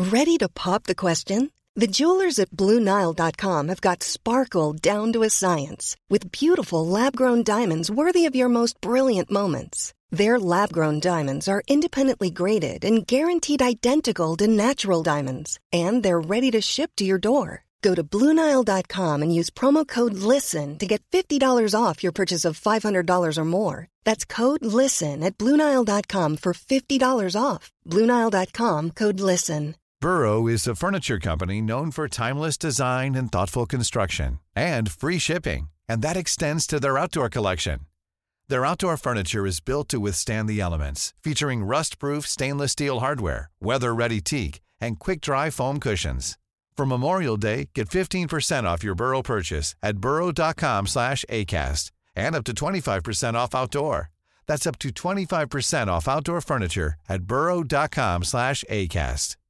Ready to pop the question? The jewelers at BlueNile.com have got sparkle down to a science with beautiful lab-grown diamonds worthy of your most brilliant moments. Their lab-grown diamonds are independently graded and guaranteed identical to natural diamonds, and they're ready to ship to your door. Go to BlueNile.com and use promo code LISTEN to get $50 off your purchase of $500 or more. That's code LISTEN at BlueNile.com for $50 off. BlueNile.com, code LISTEN. Burrow is a furniture company known for timeless design and thoughtful construction, and free shipping, and that extends to their outdoor collection. Their outdoor furniture is built to withstand the elements, featuring rust-proof stainless steel hardware, weather-ready teak, and quick-dry foam cushions. For Memorial Day, get 15% off your Burrow purchase at burrow.com/ACAST and up to 25% off outdoor. That's up to 25% off outdoor furniture at burrow.com/ACAST.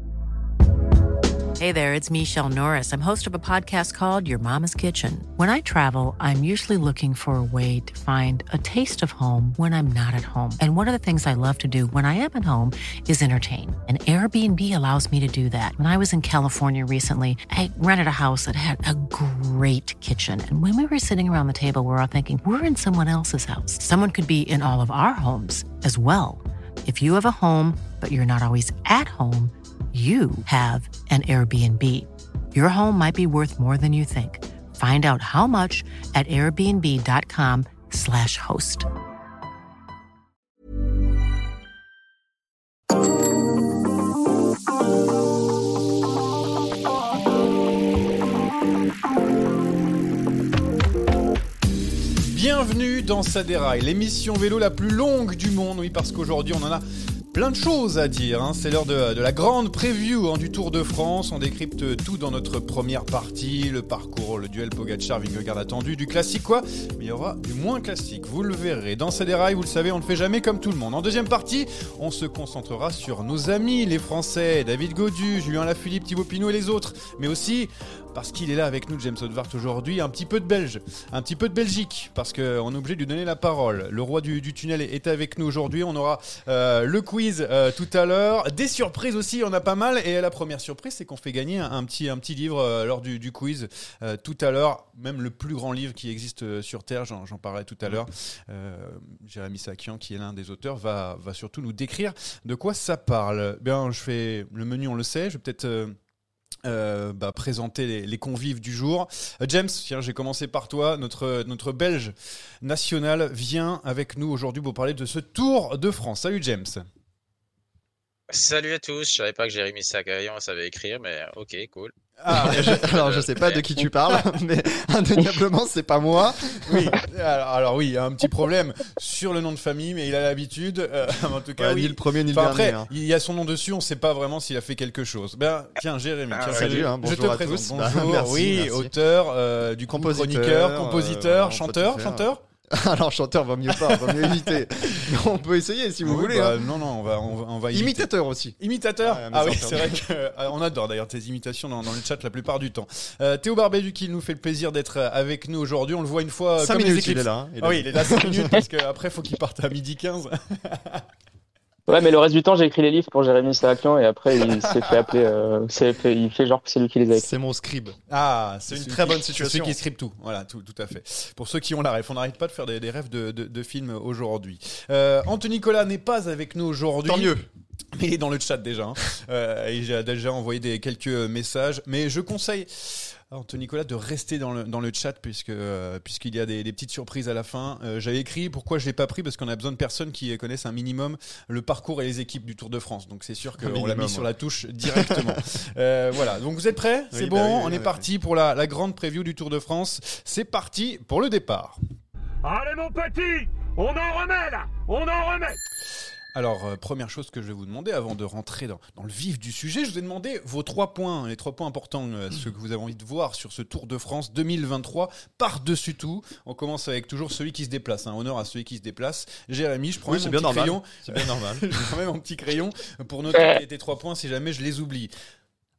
Hey there, it's Michelle Norris. I'm host of a podcast called Your Mama's Kitchen. When I travel, I'm usually looking for a way to find a taste of home when I'm not at home. And one of the things I love to do when I am at home is entertain. And Airbnb allows me to do that. When I was in California recently, I rented a house that had a great kitchen. And when we were sitting around the table, we're all thinking, we're in someone else's house. Someone could be in all of our homes as well. If you have a home, but you're not always at home, you have an Airbnb. Your home might be worth more than you think. Find out how much at airbnb.com/host. Bienvenue dans Ça déraille, l'émission vélo la plus longue du monde. Oui, parce qu'aujourd'hui, on en a plein de choses à dire, hein. C'est l'heure de la grande preview du Tour de France. On décrypte tout dans notre première partie, le parcours, le duel Pogacar-Vingegaard attendu, du classique quoi, mais il y aura du moins classique, vous le verrez. Dans ces dérailles, vous le savez, on ne fait jamais comme tout le monde. En deuxième partie, on se concentrera sur nos amis, les Français, David Gaudu, Julien Lafilippe, Thibaut Pinot et les autres, mais aussi, parce qu'il est là avec nous, James Odvaart aujourd'hui, un petit peu de Belge, un petit peu de Belgique, parce qu'on est obligé de lui donner la parole. Le roi du tunnel est avec nous aujourd'hui, on aura le quiz tout à l'heure, des surprises aussi, il y en a pas mal, et la première surprise c'est qu'on fait gagner un petit livre lors du quiz tout à l'heure, même le plus grand livre qui existe sur Terre, j'en parlerai tout à l'heure. Jérémy Sakian, qui est l'un des auteurs, va surtout nous décrire de quoi ça parle. Bien, je fais le menu, on le sait, je vais peut-être présenter les convives du jour. James, tiens, j'ai commencé par toi. Notre Belge national vient avec nous aujourd'hui pour parler de ce Tour de France. Salut James. Salut à tous, je savais pas que Jérémy Sakian savait écrire, mais ok, cool. Alors je sais pas de qui tu parles, mais indéniablement c'est pas moi. Oui, alors oui, il y a un petit problème sur le nom de famille, mais il a l'habitude. En tout cas, ouais, oui. Ni le premier ni le dernier. Après, il y a son nom dessus, on sait pas vraiment s'il a fait quelque chose. Ben tiens, Jérémy, salut, je te à présente. tous. Bonjour, Merci. auteur, du coup, chroniqueur, compositeur, chanteur. Alors chanteur, vaut mieux éviter. On peut essayer si vous voulez. Non, on va imiter. Imitateur aussi. Imitateur. Oui, c'est vrai qu'on adore d'ailleurs tes imitations dans le chat la plupart du temps. Théo Barbédu qui nous fait le plaisir d'être avec nous aujourd'hui. On le voit une fois 5 comme minutes, les équipes. il est là. Oui, il est là 5 minutes parce qu'après faut qu'il parte à 12h15. Ouais, mais le reste du temps, j'ai écrit les livres pour Jérémy Sakian et après, il s'est fait appeler. Il fait genre que c'est lui qui les a écrits. C'est mon scribe. C'est une très bonne situation. C'est celui qui scribe tout. Voilà, tout à fait. Pour ceux qui ont la rêve, on n'arrête pas de faire des rêves de films aujourd'hui. Anthony Nicolas n'est pas avec nous aujourd'hui. Tant mieux. Mais il est dans le chat déjà. Et j'ai déjà envoyé quelques messages. Mais je conseille Anthony Nicolas de rester dans le chat puisqu'il y a des petites surprises à la fin. J'avais écrit pourquoi je l'ai pas pris, parce qu'on a besoin de personnes qui connaissent un minimum le parcours et les équipes du Tour de France. Donc c'est sûr qu'on l'a mis sur la touche directement. Voilà. Donc vous êtes prêts ? C'est bon. On est parti pour la grande preview du Tour de France. C'est parti pour le départ. Allez mon petit, on en remet là, on en remet. Alors, première chose que je vais vous demander, avant de rentrer dans le vif du sujet, je vous ai demandé vos 3 points, les 3 points importants, ceux que vous avez envie de voir sur ce Tour de France 2023, par-dessus tout. On commence avec toujours celui qui se déplace, honneur à celui qui se déplace. Jérémy, je prends même mon petit crayon. C'est bien normal. Je prends même mon petit crayon pour noter tes 3 points si jamais je les oublie.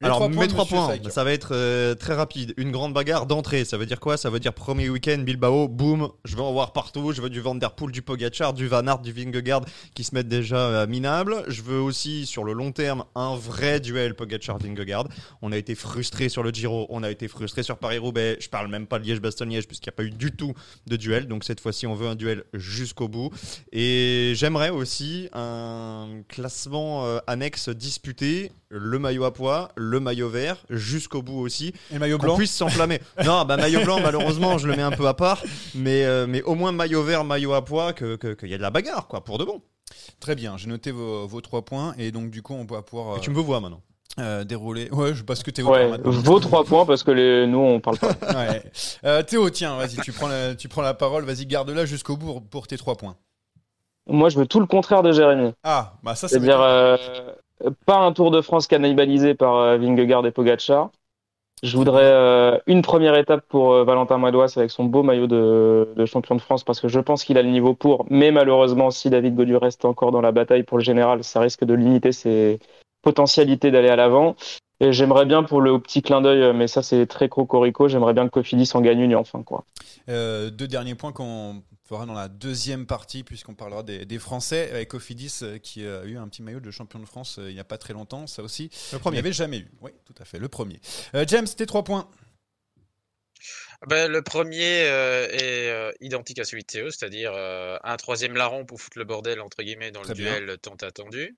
Alors, mes 3 monsieur points, Saïk. ça va être très rapide. Une grande bagarre d'entrée, ça veut dire quoi? Ça veut dire premier week-end, Bilbao, boum, je veux en voir partout. Je veux du Van Der Poel, du Pogacar, du Van Aert, du Vingegaard qui se mettent déjà minables. Je veux aussi, sur le long terme, un vrai duel Pogacar-Vingegaard. On a été frustrés sur le Giro, on a été frustrés sur Paris-Roubaix. Je parle même pas de Liège-Bastogne-Liège puisqu'il n'y a pas eu du tout de duel. Donc cette fois-ci, on veut un duel jusqu'au bout. Et j'aimerais aussi un classement annexe disputé, le maillot à pois, le maillot vert, jusqu'au bout aussi. Et le maillot Qu'on blanc puisse s'enflammer. Non, maillot blanc, malheureusement, je le mets un peu à part. Mais au moins maillot vert, maillot à pois, qu'il y a de la bagarre, quoi, pour de bon. Très bien, j'ai noté vos 3 points. Et donc, du coup, on va pouvoir Et tu me vois maintenant. dérouler. Ouais, parce que Théo. Ouais, vos 3 points parce que nous on parle pas. Ouais. Théo, tiens, vas-y, tu prends la parole. Vas-y, garde-la jusqu'au bout pour tes 3 points. Moi je veux tout le contraire de Jérémy. Ah, bah ça C'est-à-dire pas un Tour de France cannibalisé par Vingegaard et Pogacar. Je voudrais une première étape pour Valentin Madouas avec son beau maillot de champion de France parce que je pense qu'il a le niveau pour. Mais malheureusement, si David Gaudu reste encore dans la bataille pour le général, ça risque de limiter ses potentialités d'aller à l'avant. Et j'aimerais bien pour le petit clin d'œil, mais ça c'est très cocorico, j'aimerais bien que Cofidis en gagne une enfin, quoi. 2 derniers points qu'on fera dans la deuxième partie puisqu'on parlera des Français avec Cofidis qui a eu un petit maillot de champion de France il n'y a pas très longtemps, ça aussi. Le premier. Il n'y avait jamais eu. Oui, tout à fait, le premier. James, tes 3 points. Le premier est identique à celui de Théo, c'est-à-dire un troisième larron pour foutre le bordel entre guillemets dans Très le bien. duel tant attendu.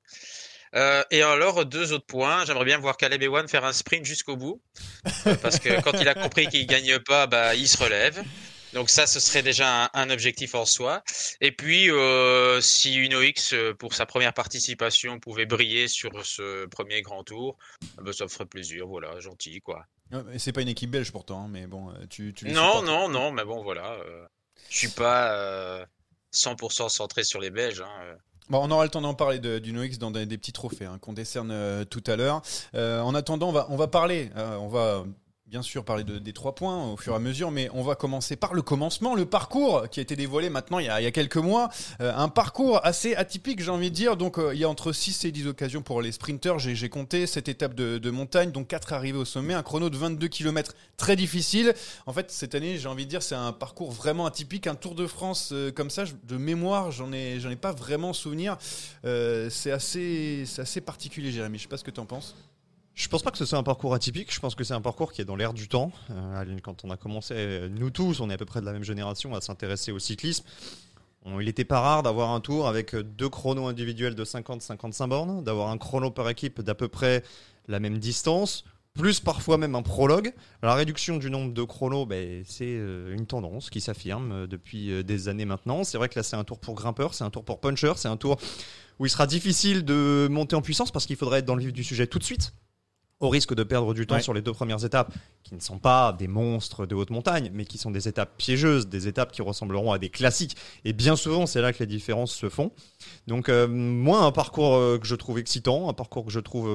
Et alors 2 autres points, j'aimerais bien voir Caleb Ewan faire un sprint jusqu'au bout parce que quand il a compris qu'il gagne pas, il se relève. Donc ça, ce serait déjà un objectif en soi. Et puis, si Uno X, pour sa première participation, pouvait briller sur ce premier grand tour, ça me ferait plaisir. Voilà, gentil, quoi. Et c'est pas une équipe belge pourtant, mais bon, tu les Non, supportes. non, mais bon, voilà. Je suis pas 100% centré sur les Belges. Bon, on aura le temps d'en parler du NoX dans des petits trophées qu'on décerne tout à l'heure. En attendant, on va parler, on va bien sûr parler des 3 points au fur et à mesure, mais on va commencer par le commencement, le parcours qui a été dévoilé maintenant il y a quelques mois. Un parcours assez atypique, j'ai envie de dire. Donc il y a entre 6 et 10 occasions pour les sprinteurs. J'ai compté 7 étapes de montagne, donc 4 arrivées au sommet, un chrono de 22 km très difficile. En fait, cette année, j'ai envie de dire, c'est un parcours vraiment atypique. Un Tour de France comme ça, de mémoire, j'en ai pas vraiment souvenir. C'est assez particulier, Jérémy. Je sais pas ce que tu en penses. Je pense pas que ce soit un parcours atypique, je pense que c'est un parcours qui est dans l'air du temps. Quand on a commencé, nous tous, on est à peu près de la même génération, à s'intéresser au cyclisme. Il n'était pas rare d'avoir un tour avec 2 chronos individuels de 50-55 bornes, d'avoir un chrono par équipe d'à peu près la même distance, plus parfois même un prologue. La réduction du nombre de chronos, c'est une tendance qui s'affirme depuis des années maintenant. C'est vrai que là, c'est un tour pour grimpeurs, c'est un tour pour punchers, c'est un tour où il sera difficile de monter en puissance parce qu'il faudra être dans le vif du sujet tout de suite, au risque de perdre du temps sur les 2 premières étapes, qui ne sont pas des monstres de haute montagne, mais qui sont des étapes piégeuses, des étapes qui ressembleront à des classiques. Et bien souvent, c'est là que les différences se font. Donc, moi, un parcours que je trouve excitant, un parcours que je trouve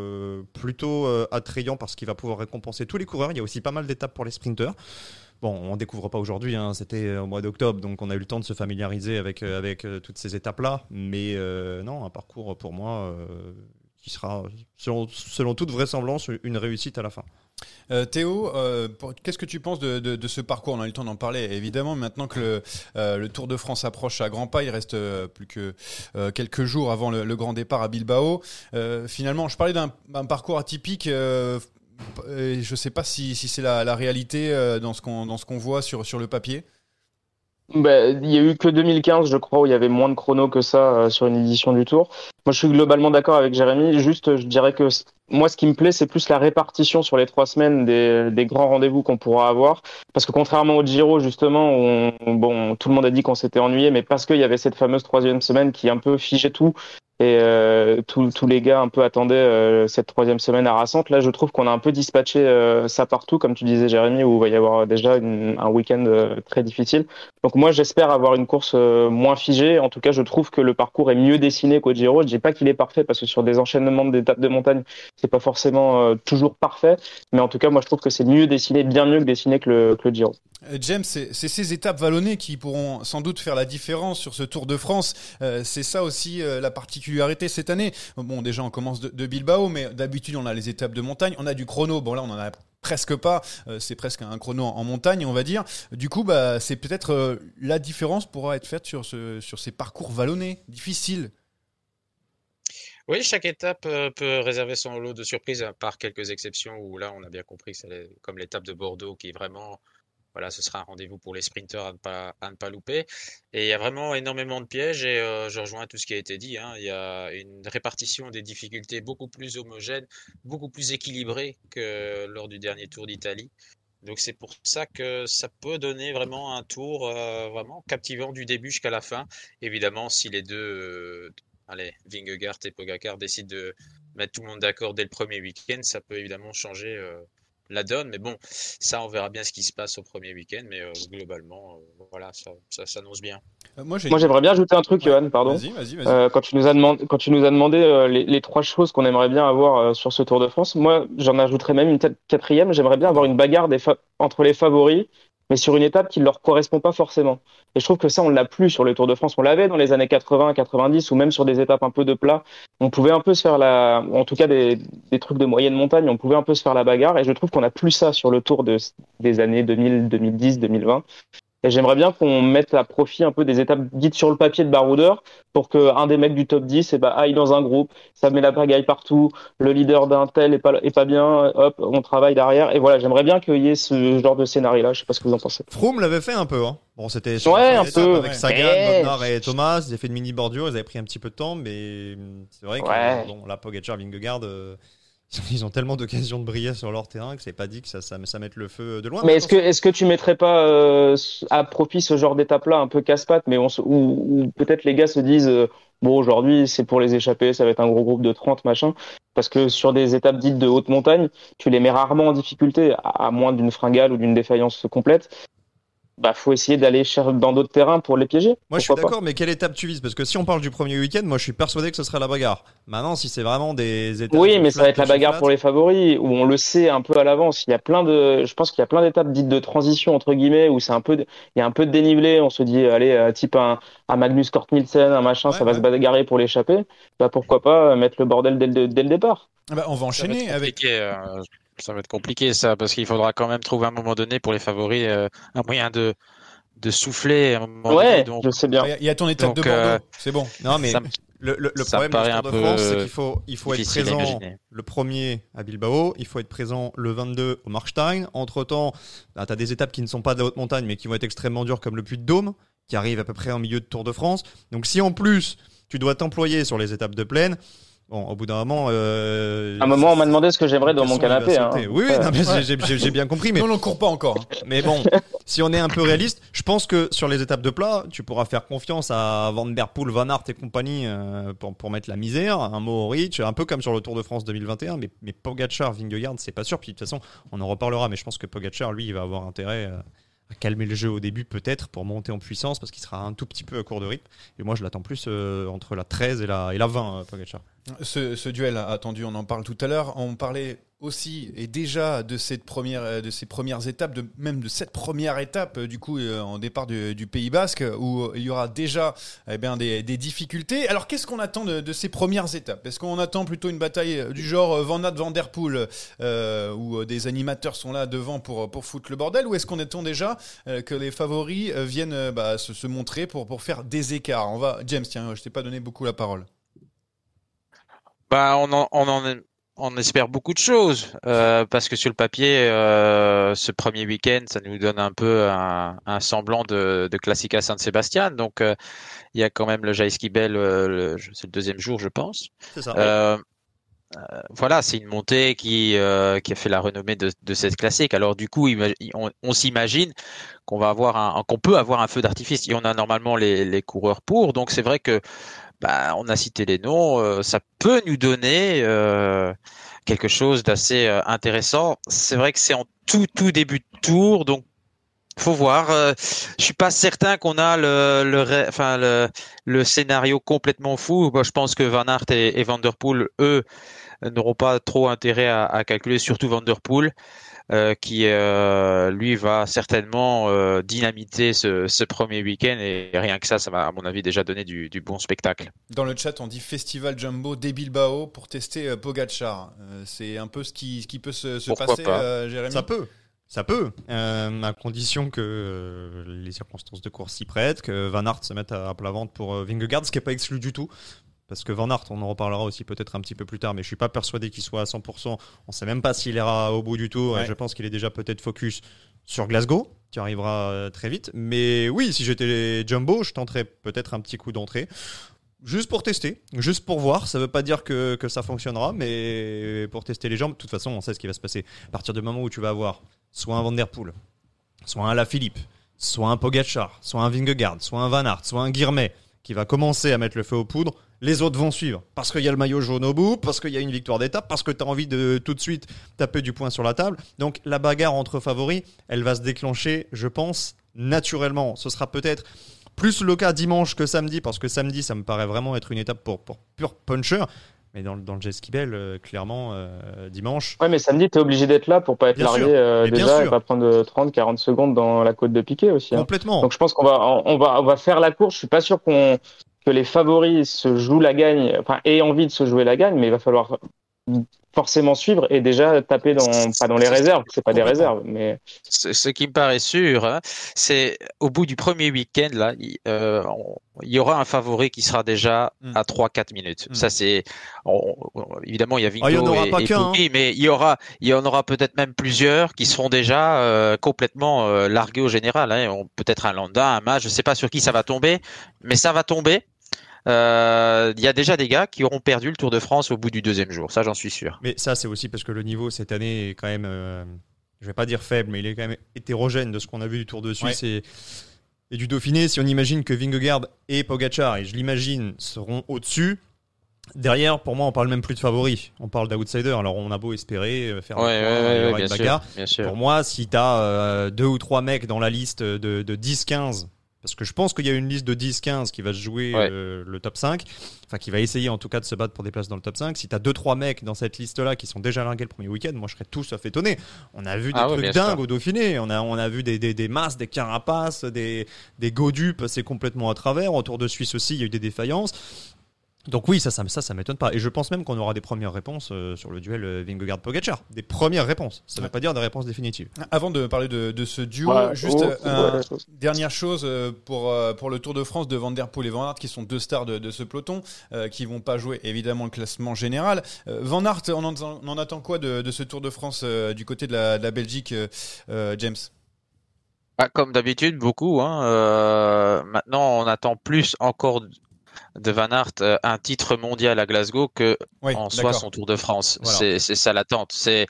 plutôt attrayant parce qu'il va pouvoir récompenser tous les coureurs. Il y a aussi pas mal d'étapes pour les sprinteurs. Bon, on ne découvre pas aujourd'hui, c'était au mois d'octobre, donc on a eu le temps de se familiariser avec toutes ces étapes-là. Mais non, un parcours pour moi qui sera, selon toute vraisemblance, une réussite à la fin. Théo, qu'est-ce que tu penses de ce parcours ? On a eu le temps d'en parler, évidemment. Maintenant que le Tour de France approche à grands pas, il reste plus que quelques jours avant le grand départ à Bilbao. Finalement, je parlais d'un parcours atypique. Je ne sais pas si c'est la réalité dans ce qu'on voit sur le papier. Il y a eu que 2015, je crois, où il y avait moins de chronos que ça sur une édition du Tour. Moi, je suis globalement d'accord avec Jérémy. Juste, je dirais que moi, ce qui me plaît, c'est plus la répartition sur les 3 semaines des grands rendez-vous qu'on pourra avoir. Parce que contrairement au Giro, justement, où tout le monde a dit qu'on s'était ennuyé, mais parce qu'il y avait cette fameuse 3e semaine qui un peu figeait tout. Et tous les gars un peu attendaient cette 3e semaine harassante. Là, je trouve qu'on a un peu dispatché ça partout, comme tu disais, Jérémy, où il va y avoir déjà un week-end très difficile. Donc moi, j'espère avoir une course moins figée. En tout cas, je trouve que le parcours est mieux dessiné qu'au Giro. Je dis pas qu'il est parfait, parce que sur des enchaînements d'étapes de montagne, c'est pas forcément toujours parfait. Mais en tout cas, moi, je trouve que c'est mieux dessiné, bien mieux que dessiné que le Giro. James, c'est ces étapes vallonnées qui pourront sans doute faire la différence sur ce Tour de France. C'est ça aussi la particularité cette année. Bon, déjà on commence de Bilbao, mais d'habitude on a les étapes de montagne, on a du chrono. Bon là on en a presque pas, c'est presque un chrono en montagne on va dire. Du coup c'est peut-être la différence pourra être faite sur ces parcours vallonnés, difficiles. Oui, chaque étape peut réserver son lot de surprises, à part quelques exceptions où là on a bien compris que c'est comme l'étape de Bordeaux qui est vraiment... Voilà, ce sera un rendez-vous pour les sprinteurs à ne pas louper. Et il y a vraiment énormément de pièges et je rejoins tout ce qui a été dit, hein. Il y a une répartition des difficultés beaucoup plus homogène, beaucoup plus équilibrée que lors du dernier Tour d'Italie. Donc c'est pour ça que ça peut donner vraiment un tour vraiment captivant du début jusqu'à la fin. Évidemment, si les deux, Vingegaard et Pogacar décident de mettre tout le monde d'accord dès le premier week-end, ça peut évidemment changer la donne, mais bon, ça on verra bien ce qui se passe au premier week-end, mais globalement, voilà, ça s'annonce bien. Moi j'aimerais bien ajouter un truc, Johan, pardon. Vas-y. Quand tu nous as demandé les trois choses qu'on aimerait bien avoir sur ce Tour de France, moi j'en ajouterais même une quatrième. J'aimerais bien avoir une bagarre entre les favoris, mais sur une étape qui ne leur correspond pas forcément. Et je trouve que ça, on l'a plus sur le Tour de France. On l'avait dans les années 80, 90, ou même sur des étapes un peu de plat. On pouvait un peu se faire en tout cas des trucs de moyenne montagne, on pouvait un peu se faire la bagarre. Et je trouve qu'on n'a plus ça sur le Tour des années 2000, 2010, 2020. Et j'aimerais bien qu'on mette à profit un peu des étapes dites sur le papier de baroudeur pour qu'un des mecs du top 10 aille dans un groupe, ça met la pagaille partout, le leader d'un tel est pas bien, hop, on travaille derrière. Et voilà, j'aimerais bien qu'il y ait ce genre de scénario-là. Je sais pas ce que vous en pensez. Froome l'avait fait un peu, hein. Bon, c'était sur un peu avec Sagan, Bonnard et Thomas. Ils avaient fait une mini bordure, ils avaient pris un petit peu de temps, mais c'est vrai que bon, là, Pogacar, Vingegaard, ils ont tellement d'occasions de briller sur leur terrain que c'est pas dit que ça mette le feu de loin. Mais est-ce que tu mettrais pas à profit ce genre d'étape-là un peu casse-pattes, mais où peut-être les gars se disent bon, aujourd'hui c'est pour les échapper, ça va être un gros groupe de 30 machin, parce que sur des étapes dites de haute montagne, tu les mets rarement en difficulté, à moins d'une fringale ou d'une défaillance complète. Faut essayer d'aller dans d'autres terrains pour les piéger. Moi je suis d'accord, mais quelle étape tu vises? Parce que si on parle du premier week-end, moi je suis persuadé que ce sera la bagarre. Maintenant, si c'est vraiment des étapes... Oui, mais ça va être la bagarre pour les favoris, où on le sait un peu à l'avance. Je pense qu'il y a plein d'étapes dites de transition, entre guillemets, où il y a un peu de dénivelé. On se dit, allez, type un Magnus Cort Nielsen, un machin, ça va se bagarrer pour l'échapper. Pourquoi pas mettre le bordel dès le départ. On va enchaîner avec... Ça va être compliqué ça, parce qu'il faudra quand même trouver à un moment donné pour les favoris un moyen de souffler. À un moment donné, donc... je sais bien. Il y a ton étape de Bordeaux, c'est bon. Non mais le problème du Tour de France, c'est qu'il faut être présent le premier à Bilbao, il faut être présent le 22 au Markstein. Entre-temps, tu as des étapes qui ne sont pas de la haute montagne, mais qui vont être extrêmement dures, comme le Puy-de-Dôme, qui arrive à peu près en milieu de Tour de France. Donc si en plus, tu dois t'employer sur les étapes de plaine, bon, au bout d'un moment... À un moment, on m'a demandé ce que j'aimerais dans mon canapé. Hein. Oui, non, mais j'ai bien compris. Mais... Non, on n'en court pas encore. Mais bon, si on est un peu réaliste, je pense que sur les étapes de plat, tu pourras faire confiance à Van Der Poel, Van Aert et compagnie pour mettre la misère, un Mohoric, un peu comme sur le Tour de France 2021. Mais Pogacar, Vingegaard, c'est pas sûr. Puis de toute façon, on en reparlera. Mais je pense que Pogacar, lui, il va avoir intérêt... à calmer le jeu au début peut-être pour monter en puissance parce qu'il sera un tout petit peu à court de rythme et moi je l'attends plus entre la 13 et la 20 Pogacar. Ce duel attendu, on en parle tout à l'heure, on parlait aussi et déjà de ces premières étapes, même de cette première étape du coup en départ du Pays Basque où il y aura déjà des difficultés. Alors qu'est-ce qu'on attend de ces premières étapes? Est-ce qu'on attend plutôt une bataille du genre Van Aert, Van Der Poel où des animateurs sont là devant pour foutre le bordel, ou est-ce qu'on attend déjà que les favoris viennent se montrer pour faire des écarts? James, tiens, je t'ai pas donné beaucoup la parole. On espère beaucoup de choses parce que sur le papier, ce premier week-end, ça nous donne un peu un semblant de Classica San Sebastian. Donc, il y a quand même le Jaïskibel, c'est le deuxième jour, je pense. C'est ça. Voilà, c'est une montée qui a fait la renommée de cette classique. Alors du coup, on s'imagine qu'on peut avoir un feu d'artifice. Et on a normalement les coureurs pour. Donc c'est vrai que on a cité les noms, ça peut nous donner quelque chose d'assez intéressant. C'est vrai que c'est en tout début de tour, donc faut voir. Je suis pas certain qu'on a le scénario complètement fou. Je pense que Van Aert et Van Der Poel, eux, n'auront pas trop intérêt à calculer, surtout Van Der Poel, qui lui va certainement dynamiter ce premier week-end, et rien que ça va à mon avis déjà donner du bon spectacle. Dans le chat, on dit Festival Jumbo des Bilbao pour tester Pogacar. C'est un peu ce qui peut se passer, Jérémy. Ça peut, à condition que les circonstances de course s'y prêtent, que Van Aert se mette à plat ventre pour Vingegaard, ce qui n'est pas exclu du tout. Parce que Van Aert, on en reparlera aussi peut-être un petit peu plus tard, mais je ne suis pas persuadé qu'il soit à 100%. On ne sait même pas s'il ira au bout du tour. Ouais. Je pense qu'il est déjà peut-être focus sur Glasgow, qui arrivera très vite. Mais oui, si j'étais Jumbo, je tenterais peut-être un petit coup d'entrée. Juste pour tester, juste pour voir. Ça ne veut pas dire que ça fonctionnera, mais pour tester les jambes. De toute façon, on sait ce qui va se passer. À partir du moment où tu vas avoir soit un Van Der Poel, soit un Lafilippe, soit un Pogacar, soit un Vingegaard, soit un Van Aert, soit un Guirmet, qui va commencer à mettre le feu aux poudres, les autres vont suivre. Parce qu'il y a le maillot jaune au bout, parce qu'il y a une victoire d'étape, parce que tu as envie de tout de suite taper du poing sur la table. Donc la bagarre entre favoris, elle va se déclencher, je pense, naturellement. Ce sera peut-être plus le cas dimanche que samedi, parce que samedi, ça me paraît vraiment être une étape pour pur puncher. Mais dans le jet ski bell, clairement, dimanche... Ouais, mais samedi, tu es obligé d'être là pour pas être largué déjà et pas prendre 30-40 secondes dans la côte de Piquet aussi. Complètement. Donc je pense qu'on va faire la course. Je suis pas sûr que les favoris se jouent la gagne, enfin, aient envie de se jouer la gagne, mais il va falloir forcément suivre et déjà taper pas dans les réserves, c'est pas des réserves, mais ce qui me paraît sûr, hein, c'est au bout du premier week-end là, il y aura un favori qui sera déjà à 3-4 minutes. Ça c'est évidemment il y a Vingegaard et Poggi, mais il y en aura peut-être même plusieurs qui seront déjà complètement largués au général. Hein. Peut-être un Landa, un Mas, je sais pas sur qui ça va tomber, mais ça va tomber. Il y a déjà des gars qui auront perdu le Tour de France au bout du deuxième jour, ça j'en suis sûr. Mais ça c'est aussi parce que le niveau cette année est quand même, je vais pas dire faible, mais il est quand même hétérogène de ce qu'on a vu du Tour de Suisse et du Dauphiné. Si on imagine que Vingegaard et Pogacar, et je l'imagine, seront au-dessus, derrière pour moi on parle même plus de favoris, on parle d'outsiders. Alors on a beau espérer faire une bagarre, bien sûr. Pour moi si tu as 2 ou 3 mecs dans la liste de 10-15, parce que je pense qu'il y a une liste de 10-15 qui va se jouer le top 5, enfin qui va essayer en tout cas de se battre pour des places dans le top 5. Si tu as 2-3 mecs dans cette liste-là qui sont déjà largués le premier week-end, moi je serais tout sauf étonné. On a vu des trucs dingues au Dauphiné, on a vu des masses, des carapaces, des godus passer complètement à travers. Au Tour de Suisse aussi, il y a eu des défaillances. Donc oui, ça m'étonne pas. Et je pense même qu'on aura des premières réponses sur le duel Vingegaard-Pogacar. Des premières réponses. Ça ne veut pas dire des réponses définitives. Avant de parler de ce duo, dernière chose pour le Tour de France de Van Der Poel et Van Aert, qui sont deux stars de ce peloton, qui vont pas jouer évidemment le classement général. Van Aert, on en attend quoi de ce Tour de France du côté de la Belgique, James ? Comme d'habitude, beaucoup. Maintenant, on attend plus encore de Van Aert un titre mondial à Glasgow que soit son Tour de France. Voilà. C'est ça l'attente.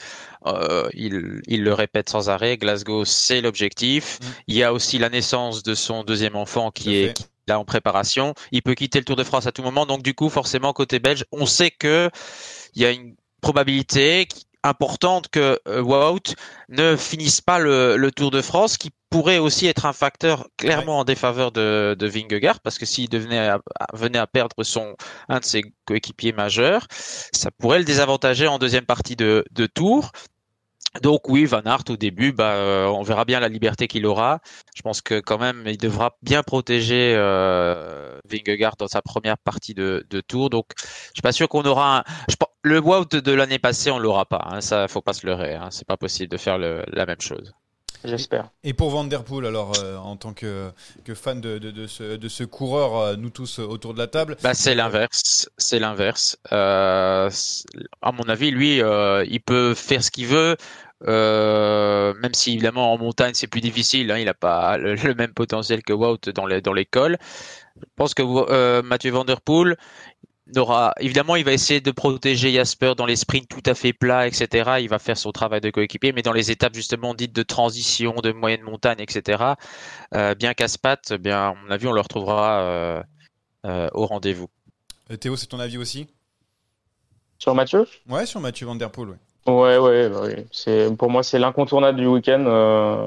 Il le répète sans arrêt. Glasgow, c'est l'objectif. Il y a aussi la naissance de son deuxième enfant qui est là en préparation. Il peut quitter le Tour de France à tout moment. Donc du coup, forcément, côté belge, on sait que il y a une probabilité importante que Wout ne finisse pas le Tour de France, qui pourrait aussi être un facteur clairement en défaveur de Vingegaard, parce que s'il venait à perdre un de ses coéquipiers majeurs, ça pourrait le désavantager en deuxième partie de Tour. Donc oui, Van Aert au début, on verra bien la liberté qu'il aura. Je pense que quand même il devra bien protéger Vingegaard dans sa première partie de Tour. Donc je suis pas sûr qu'on aura le Wout de l'année passée, on l'aura pas. Hein. Ça, faut pas se leurrer. Hein. C'est pas possible de faire la même chose. J'espère. Et pour Van Der Poel, alors en tant que fan de ce coureur, nous tous autour de la table, c'est l'inverse. C'est l'inverse. À mon avis, lui, il peut faire ce qu'il veut. Même si évidemment en montagne c'est plus difficile, hein, il n'a pas le même potentiel que Wout dans les cols. Je pense que Mathieu Van Der Poel évidemment, il va essayer de protéger Jasper dans les sprints tout à fait plats, etc. Il va faire son travail de coéquipier, mais dans les étapes justement dites de transition, de moyenne montagne, etc. Bien casse-pattes, à mon avis, on le retrouvera au rendez-vous. Théo, c'est ton avis aussi ? Sur Mathieu ? Ouais, sur Mathieu Van Der Poel, oui. Ouais. Pour moi, c'est l'incontournable du week-end.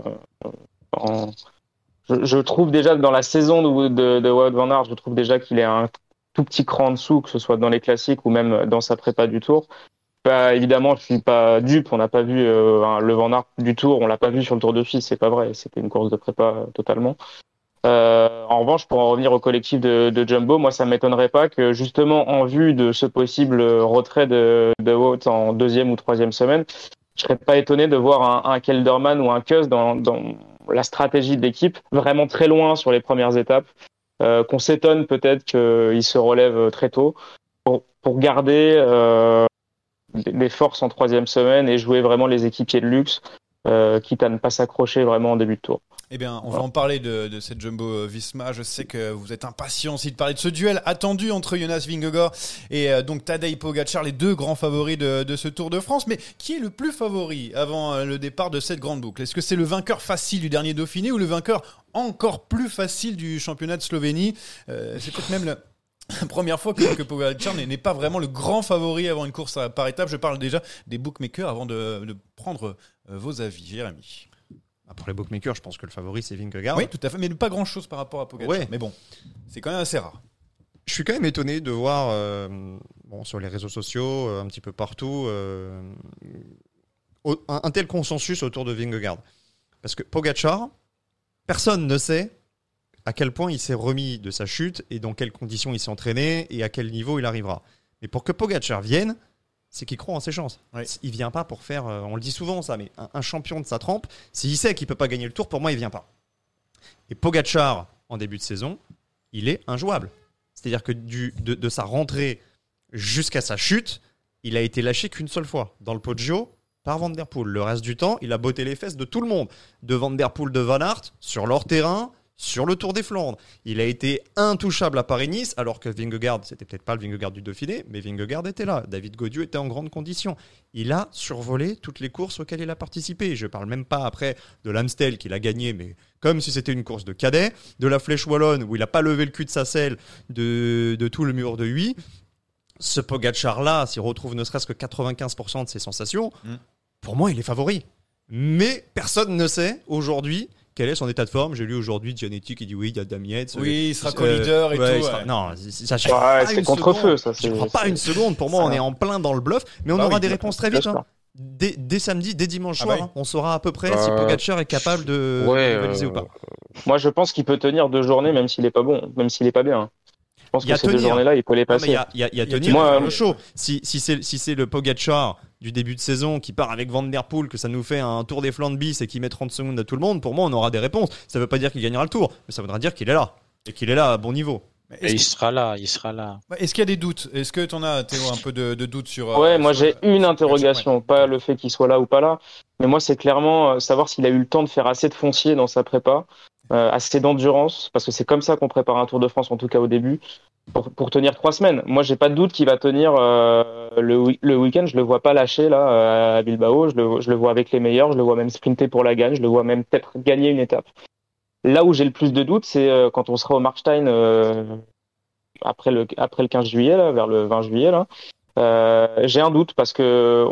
Je trouve déjà que dans la saison de Wout van Aert, je trouve déjà qu'il est un tout petit cran en dessous, que ce soit dans les classiques ou même dans sa prépa du Tour. évidemment, je suis pas dupe. On n'a pas vu le Van Aert du Tour. On l'a pas vu sur le Tour de Suisse. C'est pas vrai. C'était une course de prépa totalement. En revanche, pour en revenir au collectif de Jumbo, moi, ça m'étonnerait pas que justement, en vue de ce possible retrait de Wout en 2e ou 3e semaine, je serais pas étonné de voir un Kelderman ou un Kuss dans la stratégie de l'équipe vraiment très loin sur les premières étapes. Qu'on s'étonne peut-être qu'il se relève très tôt pour garder des forces en 3e semaine et jouer vraiment les équipiers de luxe, quitte à ne pas s'accrocher vraiment en début de tour. Eh bien, on va en parler de cette Jumbo-Visma. Je sais que vous êtes impatients aussi de parler de ce duel attendu entre Jonas Vingegaard et donc Tadej Pogačar, les deux grands favoris de ce Tour de France. Mais qui est le plus favori avant le départ de cette grande boucle ? Est-ce que c'est le vainqueur facile du dernier Dauphiné ou le vainqueur encore plus facile du championnat de Slovénie ? C'est peut-être même la première fois que Pogačar n'est pas vraiment le grand favori avant une course par étape. Je parle déjà des bookmakers avant de prendre vos avis. Jérémy. Pour les bookmakers, je pense que le favori, c'est Vingegaard. Oui, tout à fait, mais pas grand-chose par rapport à Pogačar. Ouais. Mais bon, c'est quand même assez rare. Je suis quand même étonné de voir sur les réseaux sociaux, un petit peu partout, un tel consensus autour de Vingegaard. Parce que Pogačar, personne ne sait à quel point il s'est remis de sa chute et dans quelles conditions il s'est entraîné et à quel niveau il arrivera. Mais pour que Pogačar vienne, c'est qu'il croit en ses chances. Oui. Il vient pas pour faire, on le dit souvent ça, mais un champion de sa trempe, s'il sait qu'il peut pas gagner le Tour, pour moi il vient pas. Et Pogačar, en début de saison, il est injouable. C'est-à-dire que de sa rentrée jusqu'à sa chute, il a été lâché qu'une seule fois, dans le Poggio, par Van Der Poel. Le reste du temps, il a botté les fesses de tout le monde. De Van Der Poel, de Van Aert, sur leur terrain, sur le Tour des Flandres. Il a été intouchable à Paris-Nice, alors que Vingegaard, c'était peut-être pas le Vingegaard du Dauphiné, mais Vingegaard était là. David Gaudu était en grande condition. Il a survolé toutes les courses auxquelles il a participé. Je parle même pas après de l'Amstel qu'il a gagné, mais comme si c'était une course de cadet, de la Flèche Wallonne où il a pas levé le cul de sa selle, de tout le mur de Huy. Ce Pogačar-là, s'il retrouve ne serait-ce que 95% de ses sensations, pour moi, il est favori. Mais personne ne sait aujourd'hui quel est son état de forme. J'ai lu aujourd'hui Gianetti qui dit oui, il y a Damietz. Oui, il sera co-leader et tout. Non, ça c'est contre-feu. Ça, je ne crois pas une seconde. Pour moi, on est en plein dans le bluff. Mais on aura des réponses très vite. Dès samedi, dès dimanche soir, on saura à peu près si Pogačar est capable de rivaliser ou pas. Moi, je pense qu'il peut tenir 2 journées, même s'il n'est pas bon, même s'il n'est pas bien. Je pense que ces 2 journées-là, il peut les passer. Il y a tenir le show. Si c'est le Pogačar du début de saison qui part avec Van Der Poel, que ça nous fait un Tour des Flandres bis et qui met 30 secondes à tout le monde, pour moi, on aura des réponses. Ça ne veut pas dire qu'il gagnera le Tour, mais ça voudra dire qu'il est là. Et qu'il est là à bon niveau. Et il sera là. Est-ce qu'il y a des doutes ? Est-ce que tu en as, Théo, un peu de doutes sur... moi j'ai une interrogation, pas le fait qu'il soit là ou pas là, mais moi c'est clairement savoir s'il a eu le temps de faire assez de foncier dans sa prépa, assez d'endurance, parce que c'est comme ça qu'on prépare un Tour de France, en tout cas au début, pour tenir 3 semaines. Moi j'ai pas de doute qu'il va tenir le week-end, je le vois pas lâcher là à Bilbao, je le vois avec les meilleurs, je le vois même sprinter pour la gagne, je le vois même peut-être gagner une étape. Là où j'ai le plus de doutes, c'est quand on sera au Markstein après le 15 juillet, là, vers le 20 juillet. Là. J'ai un doute parce que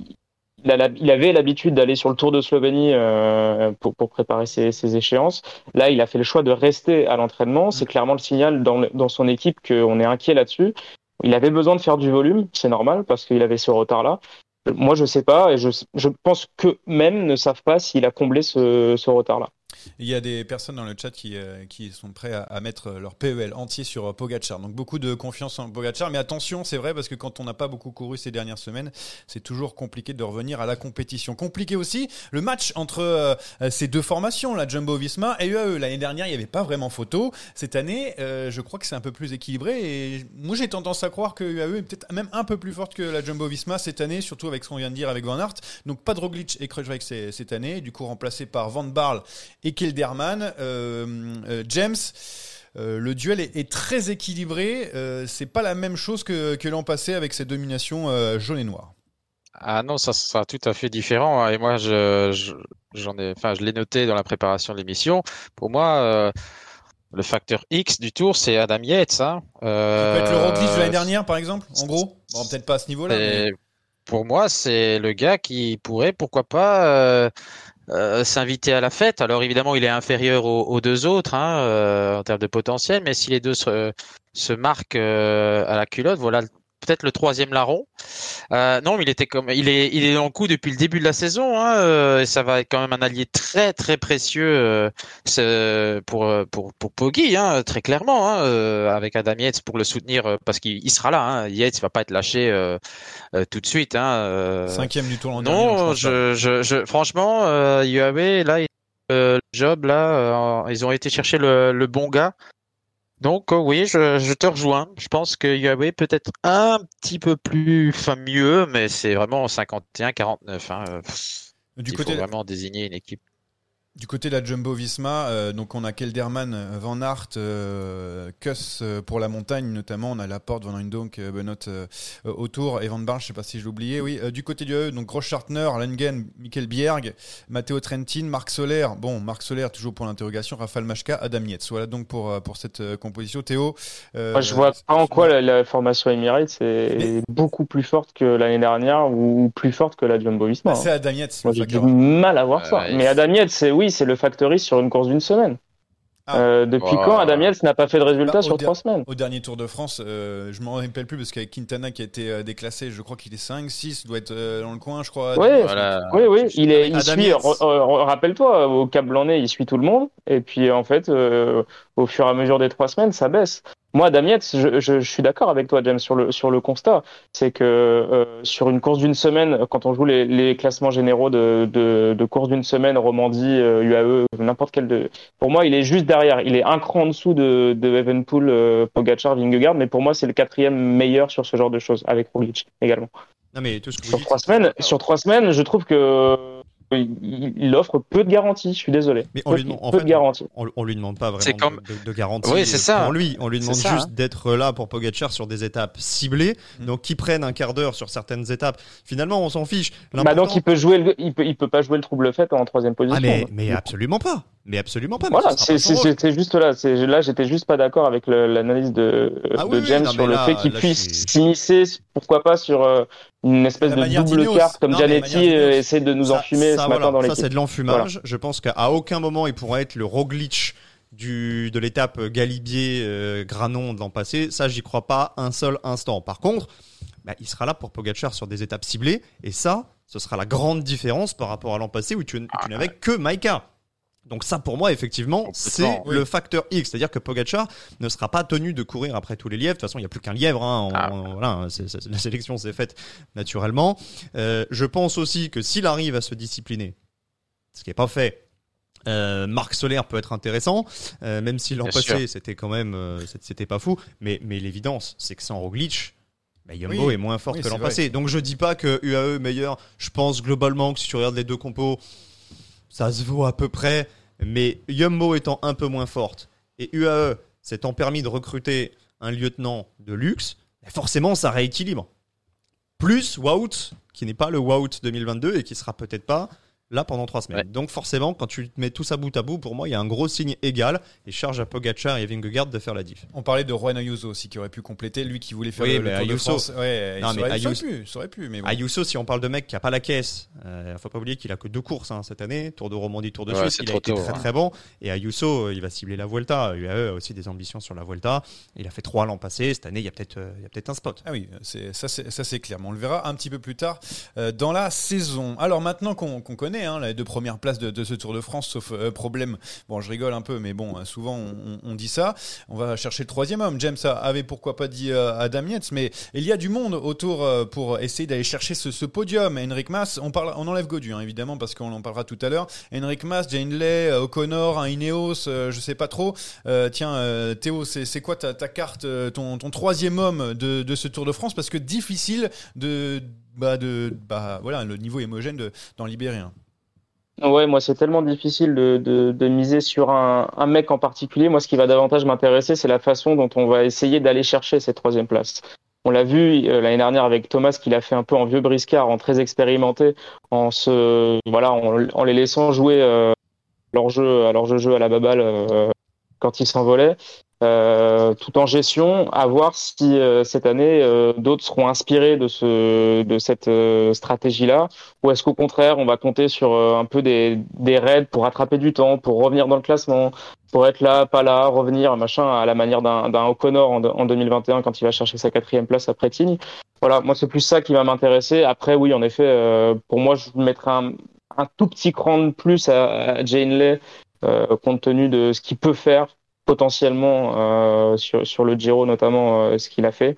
il avait l'habitude d'aller sur le Tour de Slovénie pour préparer ses échéances. Là, il a fait le choix de rester à l'entraînement. C'est clairement le signal dans son équipe qu'on est inquiet là-dessus. Il avait besoin de faire du volume, c'est normal, parce qu'il avait ce retard-là. Moi, je sais pas, et je pense qu'eux-mêmes ne savent pas s'il a comblé ce retard-là. Il y a des personnes dans le chat qui sont prêts à mettre leur PEL entier sur Pogačar. Donc beaucoup de confiance en Pogačar. Mais attention, c'est vrai, parce que quand on n'a pas beaucoup couru ces dernières semaines, c'est toujours compliqué de revenir à la compétition. Compliqué aussi le match entre ces deux formations, la Jumbo-Visma et UAE. L'année dernière, il n'y avait pas vraiment photo. Cette année, je crois que c'est un peu plus équilibré. Et moi, j'ai tendance à croire que UAE est peut-être même un peu plus forte que la Jumbo-Visma cette année, surtout avec ce qu'on vient de dire avec Van Aert. Donc pas de Roglic et Kruijswijk cette année, du coup remplacé par Van Baarle et Kelderman. James, le duel est très équilibré. C'est pas la même chose que l'an passé avec cette domination jaune et noire. Ah non, ça sera tout à fait différent. Et moi, je l'ai noté dans la préparation de l'émission. Pour moi, le facteur X du tour, c'est Adam Yates. Ça peut être le Roglic de l'année dernière, par exemple, en gros. Bon, peut-être pas à ce niveau-là. Mais... Pour moi, c'est le gars qui pourrait, pourquoi pas, s'inviter à la fête. Alors évidemment, il est inférieur aux deux autres en termes de potentiel, mais si les deux se marquent à la culotte, voilà peut-être le troisième larron. Non, mais il est dans le coup depuis le début de la saison, hein, et ça va être quand même un allié très très précieux pour Poggi, hein, très clairement, hein, avec Adam Yates pour le soutenir parce qu'il sera là. Hein. Yates va pas être lâché tout de suite. Hein, 5e du tour l'an dernier. non, franchement, UAE là, le job là, ils ont été chercher le bon gars. Donc oui, je te rejoins. Je pense que UAE peut être un petit peu mieux, mais c'est vraiment 51-49. Hein. Il faut vraiment désigner une équipe. Du côté de la Jumbo-Visma, donc on a Kelderman, Van Aert, Kuss pour la montagne notamment, on a Laporte, Van Hooydonk, Benoît autour, et Van Barle, je ne sais pas si je l'ai oublié. Oui, du côté du AE, donc Gross-Schartner, Langen, Mikkel Bjerg, Matteo Trentin, Marc Soler, Marc Soler toujours pour l'interrogation, Rafał Majka, Adam Yates. Voilà donc pour cette composition. Théo, moi, je vois pas en quoi la formation Emirates est beaucoup plus forte que l'année dernière ou plus forte que la Jumbo-Visma. C'est Adam Yates. Moi, j'ai du mal à voir ça. Mais Adam Yates, c'est le factory sur une course d'une semaine. Depuis quand Adam Yates n'a pas fait de résultat sur 3 semaines? Au dernier Tour de France, je ne m'en rappelle plus parce qu'avec Quintana qui a été déclassé, je crois qu'il est 5, 6, doit être dans le coin, je crois. Oui, il suit, rappelle-toi, au Cap Blanc-Nez, il suit tout le monde. Et puis en fait, au fur et à mesure des 3 semaines, ça baisse. Moi, Adam Yates, je suis d'accord avec toi, James, sur le constat. C'est que sur une course d'une semaine, quand on joue les classements généraux de course d'une semaine, Romandie, UAE, n'importe quel pour moi, il est juste derrière. Il est un cran en dessous de Evenepoel, Pogacar, Vingegaard, mais pour moi, c'est le 4e meilleur sur ce genre de choses, avec Roglic également. Non, mais tout ce que sur 3 semaines, je trouve que il offre peu de garanties, je suis désolé. Mais on lui demande pas vraiment de garanties pour lui. On lui demande juste d'être là pour Pogacar sur des étapes ciblées, donc qu'il prenne un quart d'heure sur certaines étapes. Finalement, on s'en fiche. Donc il peut pas jouer le trouble fait en 3e position. Mais absolument pas. Voilà, c'était juste là. Là, j'étais juste pas d'accord avec l'analyse de James sur le fait qu'il puisse s'immiscer, pourquoi pas sur une espèce de double carte comme Giannetti essaie de nous enfumer ce matin dans l'équipe. Ça, c'est de l'enfumage. Voilà. Je pense qu'à aucun moment il pourra être le Roglic de l'étape Galibier-Granon de l'an passé. Ça, j'y crois pas un seul instant. Par contre, il sera là pour Pogacar sur des étapes ciblées, et ça, ce sera la grande différence par rapport à l'an passé où tu n'avais que Majka. Donc ça, pour moi, effectivement, c'est le facteur X. C'est-à-dire que Pogacar ne sera pas tenu de courir après tous les lièvres. De toute façon, il n'y a plus qu'un lièvre. Voilà, la sélection s'est faite naturellement. Je pense aussi que s'il arrive à se discipliner, ce qui n'est pas fait, Marc Soler peut être intéressant, même si l'an passé, c'était quand même c'était pas fou. Mais l'évidence, c'est que sans Roglic, Jumbo est moins forte que l'an passé. Donc je dis pas que UAE est meilleur. Je pense globalement que si tu regardes les deux compos, ça se vaut à peu près, mais Jumbo étant un peu moins forte et UAE s'étant permis de recruter un lieutenant de luxe, forcément ça rééquilibre. Plus Wout, qui n'est pas le Wout 2022 et qui sera peut-être pas là pendant 3 semaines. Ouais. Donc forcément, quand tu mets tout ça bout à bout, pour moi, il y a un gros signe égal et charge à Pogacar et Vingegaard de faire la diff. On parlait de Juan Ayuso aussi, qui aurait pu compléter, lui qui voulait faire le Tour de France. Ça aurait pu, mais bon. Ayuso, si on parle de mec qui a pas la caisse, faut pas oublier qu'il a que 2 courses cette année, Tour de Romandie, Tour de Suisse, il a été très bon. Et Ayuso, il va cibler la Vuelta. UAE a aussi des ambitions sur la Vuelta. Il a fait 3 l'an passé. Cette année, il y a peut-être un spot. Ah oui, ça c'est clair. Mais on le verra un petit peu plus tard dans la saison. Alors maintenant qu'on connaît les 2 premières places de ce Tour de France, sauf problème. Bon, je rigole un peu, mais bon, souvent on dit ça. On va chercher le 3e homme. James avait pourquoi pas dit Adam Yates, mais il y a du monde autour pour essayer d'aller chercher ce podium. Henrik Mas, on enlève Gaudu, évidemment, parce qu'on en parlera tout à l'heure. Henrik Mas, Jane Lay, O'Connor, Ineos, je sais pas trop. Théo, c'est quoi ta carte, ton 3e homme de ce Tour de France, parce que difficile voilà, le niveau homogène dans l'Ibérien. Ouais, moi c'est tellement difficile de miser sur un mec en particulier. Moi, ce qui va davantage m'intéresser, c'est la façon dont on va essayer d'aller chercher cette 3e place. On l'a vu l'année dernière avec Thomas, qu'il a fait un peu en vieux briscard, en très expérimenté, en les laissant jouer leur jeu à la baballe quand ils s'envolaient. Tout en gestion, à voir si cette année d'autres seront inspirés de cette stratégie-là, ou est-ce qu'au contraire on va compter sur un peu des raids pour rattraper du temps, pour revenir dans le classement. pour être là, pas là, revenir, machin, à la manière d'un O'Connor en 2021 quand il va chercher sa 4e place après Tignes. Voilà, moi c'est plus ça qui va m'intéresser. Après, oui, en effet, pour moi, je mettrais un tout petit cran de plus à Jay Hindley, compte tenu de ce qu'il peut faire potentiellement sur le Giro, notamment ce qu'il a fait.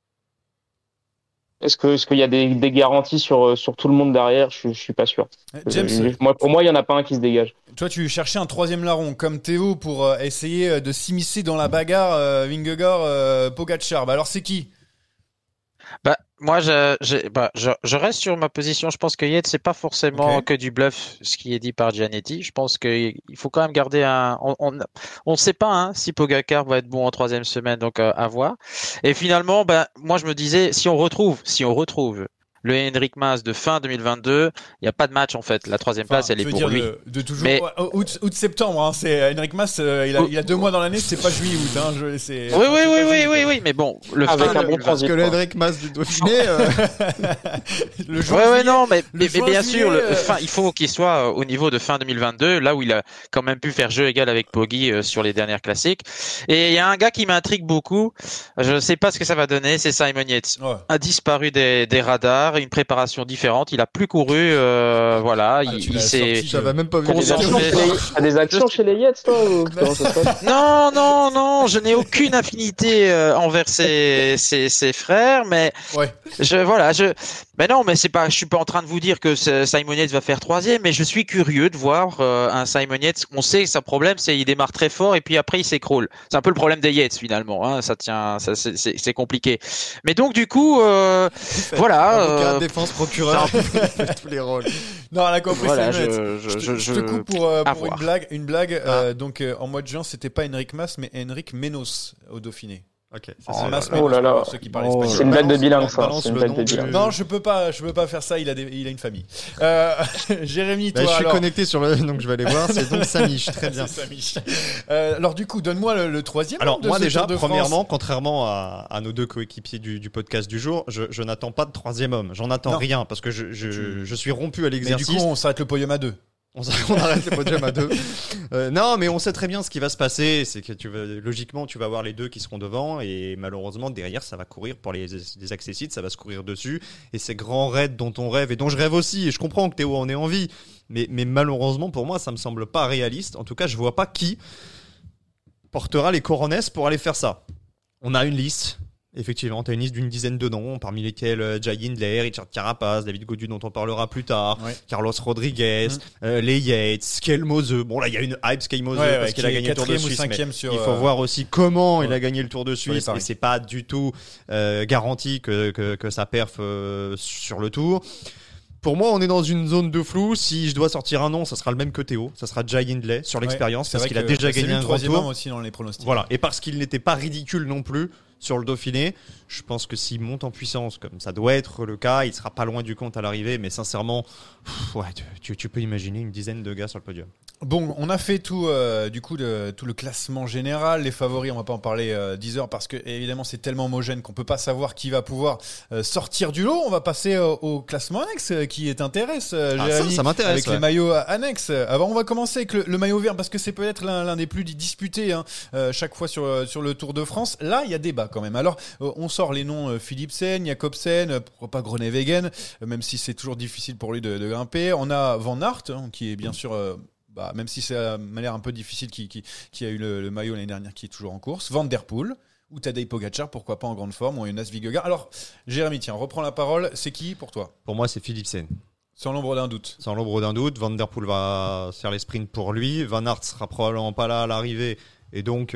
Est-ce qu'il y a des garanties sur tout le monde derrière? Je suis pas sûr. James, pour moi, il y en a pas un qui se dégage. Toi, tu cherchais un 3e larron comme Théo pour essayer de s'immiscer dans la bagarre Vingegaard-Pogačar. Alors, c'est qui? Moi, je reste sur ma position. Je pense que Yates, c'est pas forcément que du bluff, ce qui est dit par Gianetti. Je pense qu'il faut quand même garder on sait pas si Pogačar va être bon en 3e semaine, donc à voir. Et finalement, moi, je me disais, si on retrouve le Henrik Mas de fin 2022, il n'y a pas de match en fait. La 3e place, elle est pour lui. De toujours. Mais août-septembre, c'est Henrik Mas. Il a 2 mois dans l'année, c'est pas juillet-août. Oui. Mais bon, avec un bon parce que le Henrik Mas du Dauphiné. Le jour. Mais bien sûr, il faut qu'il soit au niveau de fin 2022, là où il a quand même pu faire jeu égal avec Poggi sur les dernières classiques. Et il y a un gars qui m'intrigue beaucoup. Je ne sais pas ce que ça va donner. C'est Simon Yates. A disparu des radars. Une préparation différente, il a plus couru, il s'est. Ça va même pas vu. T'as des actions chez les Yates, toi Non, je n'ai aucune affinité envers ses frères, mais mais c'est pas. Je suis pas en train de vous dire que Simon Yates va faire 3e, mais je suis curieux de voir un Simon Yates. On sait que son problème, c'est qu'il démarre très fort et puis après il s'écroule. C'est un peu le problème des Yates finalement. C'est compliqué. Mais donc du coup, défense, procureur, tous les rôles. Non, la compris. Je te coupe pour une blague. Donc en mois de juin, c'était pas Henrik Mas, mais Henrik Menos au Dauphiné. Ok. Oh là là. Ceux qui parlent espagnol. C'est une blague de bilingue, ça. Non, je peux pas faire ça. Il a une famille. Jérémy, toi. Je suis connecté sur donc je vais aller voir. C'est donc Samish. Très bien. C'est Samish. Alors du coup, donne-moi le 3e. Alors moi déjà, premièrement, contrairement à nos 2 coéquipiers du podcast du jour, je n'attends pas de 3e homme. J'en attends rien parce que je suis rompu à l'exercice. Mais du coup, on s'arrête le podium à 2. On arrête le podium à 2. Non, mais on sait très bien ce qui va se passer. C'est que logiquement, tu vas avoir les 2 qui seront devant. Et malheureusement, derrière, ça va courir pour les accessites. Ça va se courir dessus. Et ces grands raids dont on rêve et dont je rêve aussi. Et je comprends que Théo en ait envie. Mais malheureusement, pour moi, ça me semble pas réaliste. En tout cas, je vois pas qui portera les couronnes pour aller faire ça. On a une liste. Effectivement, tu as une liste d'une dizaine de noms, parmi lesquels Jay Hindley, Richard Carapaz, David Gaudu dont on parlera plus tard, Carlos Rodriguez, les Yates, Skelmose. Bon là, il y a une hype Skelmose parce qu'il a gagné le Tour de Suisse. Il faut voir aussi comment il a gagné le Tour de Suisse et c'est pas du tout garanti que ça perf sur le Tour. Pour moi, on est dans une zone de flou. Si je dois sortir un nom, ça sera le même que Théo. Ça sera Jay Hindley sur l'expérience parce qu'il a déjà gagné un grand tour. Aussi dans les pronostics. Voilà, et parce qu'il n'était pas ridicule non plus sur le Dauphiné. Je pense que s'il monte en puissance, comme ça doit être le cas, il sera pas loin du compte à l'arrivée. Mais sincèrement, tu peux imaginer une dizaine de gars sur le podium. Bon, on a fait tout tout le classement général, les favoris, on va pas en parler 10 heures parce que évidemment c'est tellement homogène qu'on peut pas savoir qui va pouvoir sortir du lot. On va passer au classement annexe qui t'intéresse, Jérémy, ça m'intéresse, avec les maillots annexes. Alors on va commencer avec le maillot vert parce que c'est peut-être l'un des plus disputés chaque fois sur le Tour de France. Là, il y a débat quand même. Alors on sort les noms Philipsen, Jacobsen, pourquoi pas Groenewegen, même si c'est toujours difficile pour lui de grimper. On a Van Aert qui est bien sûr même si ça m'a l'air un peu difficile, qui a eu le maillot l'année dernière, qui est toujours en course. Van Der Poel ou Tadej Pogačar, pourquoi pas en grande forme, ou Jonas Vingegaard. Alors, Jérémy, tiens, reprends la parole. C'est qui pour toi ? Pour moi, c'est Philipsen. Sans l'ombre d'un doute. Sans l'ombre d'un doute. Van Der Poel va faire les sprints pour lui. Van Aert sera probablement pas là à l'arrivée. Et donc,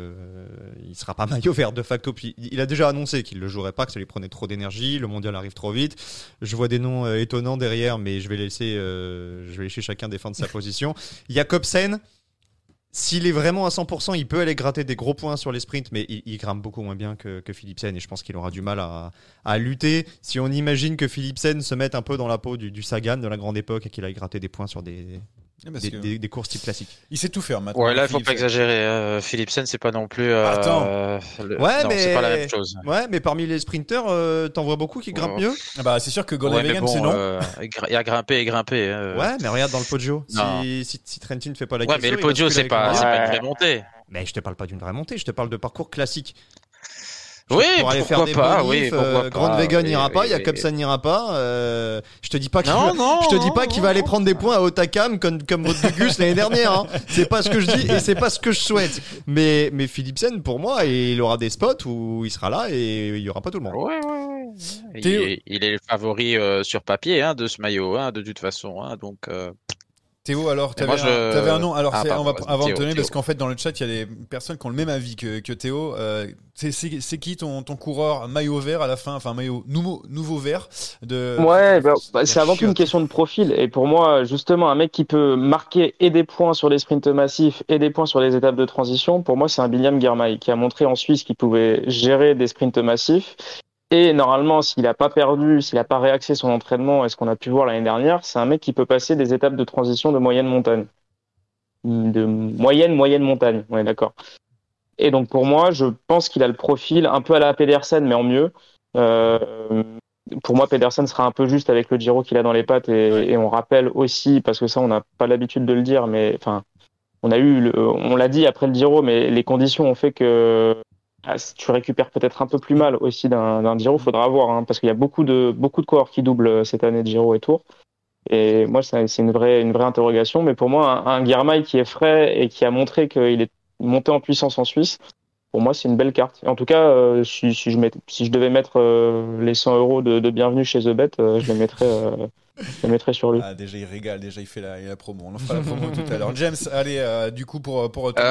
il sera pas maillot vert de facto. Puis, il a déjà annoncé qu'il le jouerait pas, que ça lui prenait trop d'énergie. Le mondial arrive trop vite. Je vois des noms étonnants derrière, mais je vais laisser chacun défendre sa position. Jacobsen, s'il est vraiment à 100%, il peut aller gratter des gros points sur les sprints, mais il grimpe beaucoup moins bien que Philipsen. Et je pense qu'il aura du mal à lutter. Si on imagine que Philipsen se mette un peu dans la peau du Sagan de la grande époque et qu'il aille gratter des points sur des des courses type classique. Il sait tout faire maintenant. Ouais, là, il faut pas exagérer. Philipsen, c'est pas non plus. Attends. C'est pas la même chose. Ouais, mais parmi les sprinters, t'en vois beaucoup qui grimpent mieux. Bah, c'est sûr que Groenewegen, c'est non. Il y a grimpé et grimpé. Ouais, mais regarde dans le Poggio. Si Trentin ne fait pas la question. Ouais, mais le Poggio, c'est pas une vraie montée. Mais je te parle pas d'une vraie montée, je te parle de parcours classique. Oui, pour aller faire des bonifs, Groenewegen n'ira pas, Jakobsen n'ira pas. Je te dis pas qu'il va aller prendre des points à Otakam comme votre Gugus l'année dernière. Hein. C'est pas ce que je dis et c'est pas ce que je souhaite. Mais Philipsen, pour moi, il aura des spots où il sera là et il y aura pas tout le monde. Ouais. Il est le favori sur papier de ce maillot, de toute façon. Donc. Théo, alors, t'avais un nom. Alors, avant de donner, parce qu'en fait, dans le chat, il y a des personnes qui ont le même avis que Théo. C'est qui ton coureur maillot vert à la fin, enfin maillot nouveau vert de. Ouais, c'est avant tout une question de profil. Et pour moi, justement, un mec qui peut marquer et des points sur les sprints massifs et des points sur les étapes de transition, pour moi, c'est un William Girmay qui a montré en Suisse qu'il pouvait gérer des sprints massifs. Et normalement, s'il n'a pas perdu, s'il n'a pas réaxé son entraînement, et ce qu'on a pu voir l'année dernière, c'est un mec qui peut passer des étapes de transition de moyenne montagne. De moyenne montagne, ouais, d'accord. Et donc pour moi, je pense qu'il a le profil un peu à la Pedersen, mais en mieux. Pour moi, Pedersen sera un peu juste avec le Giro qu'il a dans les pattes. Et on rappelle aussi, parce que ça, on n'a pas l'habitude de le dire, mais enfin, on l'a dit après le Giro, mais les conditions ont fait que tu récupères peut-être un peu plus mal aussi d'un Giro, faudra voir, parce qu'il y a beaucoup de coureurs qui doublent cette année de Giro et Tour. Et moi, c'est une vraie interrogation. Mais pour moi, un Girmay qui est frais et qui a montré qu'il est monté en puissance en Suisse, pour moi, c'est une belle carte. Et en tout cas, si je devais mettre les 100 € de bienvenue chez The Bet, je les mettrais sur lui. Ah, déjà, il régale, déjà, il fait la promo. On en fera la promo tout à l'heure. James, allez, du coup, pour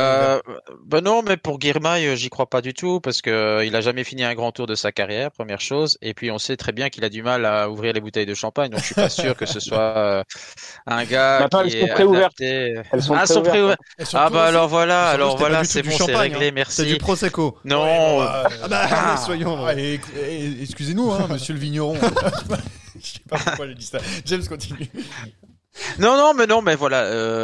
non, mais pour Girmay, j'y crois pas du tout, parce que il a jamais fini un grand tour de sa carrière, première chose. Et puis, on sait très bien qu'il a du mal à ouvrir les bouteilles de champagne, donc je suis pas sûr que ce soit un gars qui est adapté. Elles sont préouvertes. Alors voilà, c'est bon, c'est réglé, merci. C'est du Prosecco. Non. Soyons. Excusez-nous, monsieur le vigneron. Je sais pas pourquoi j'ai dit ça. James, continue. Non, mais voilà.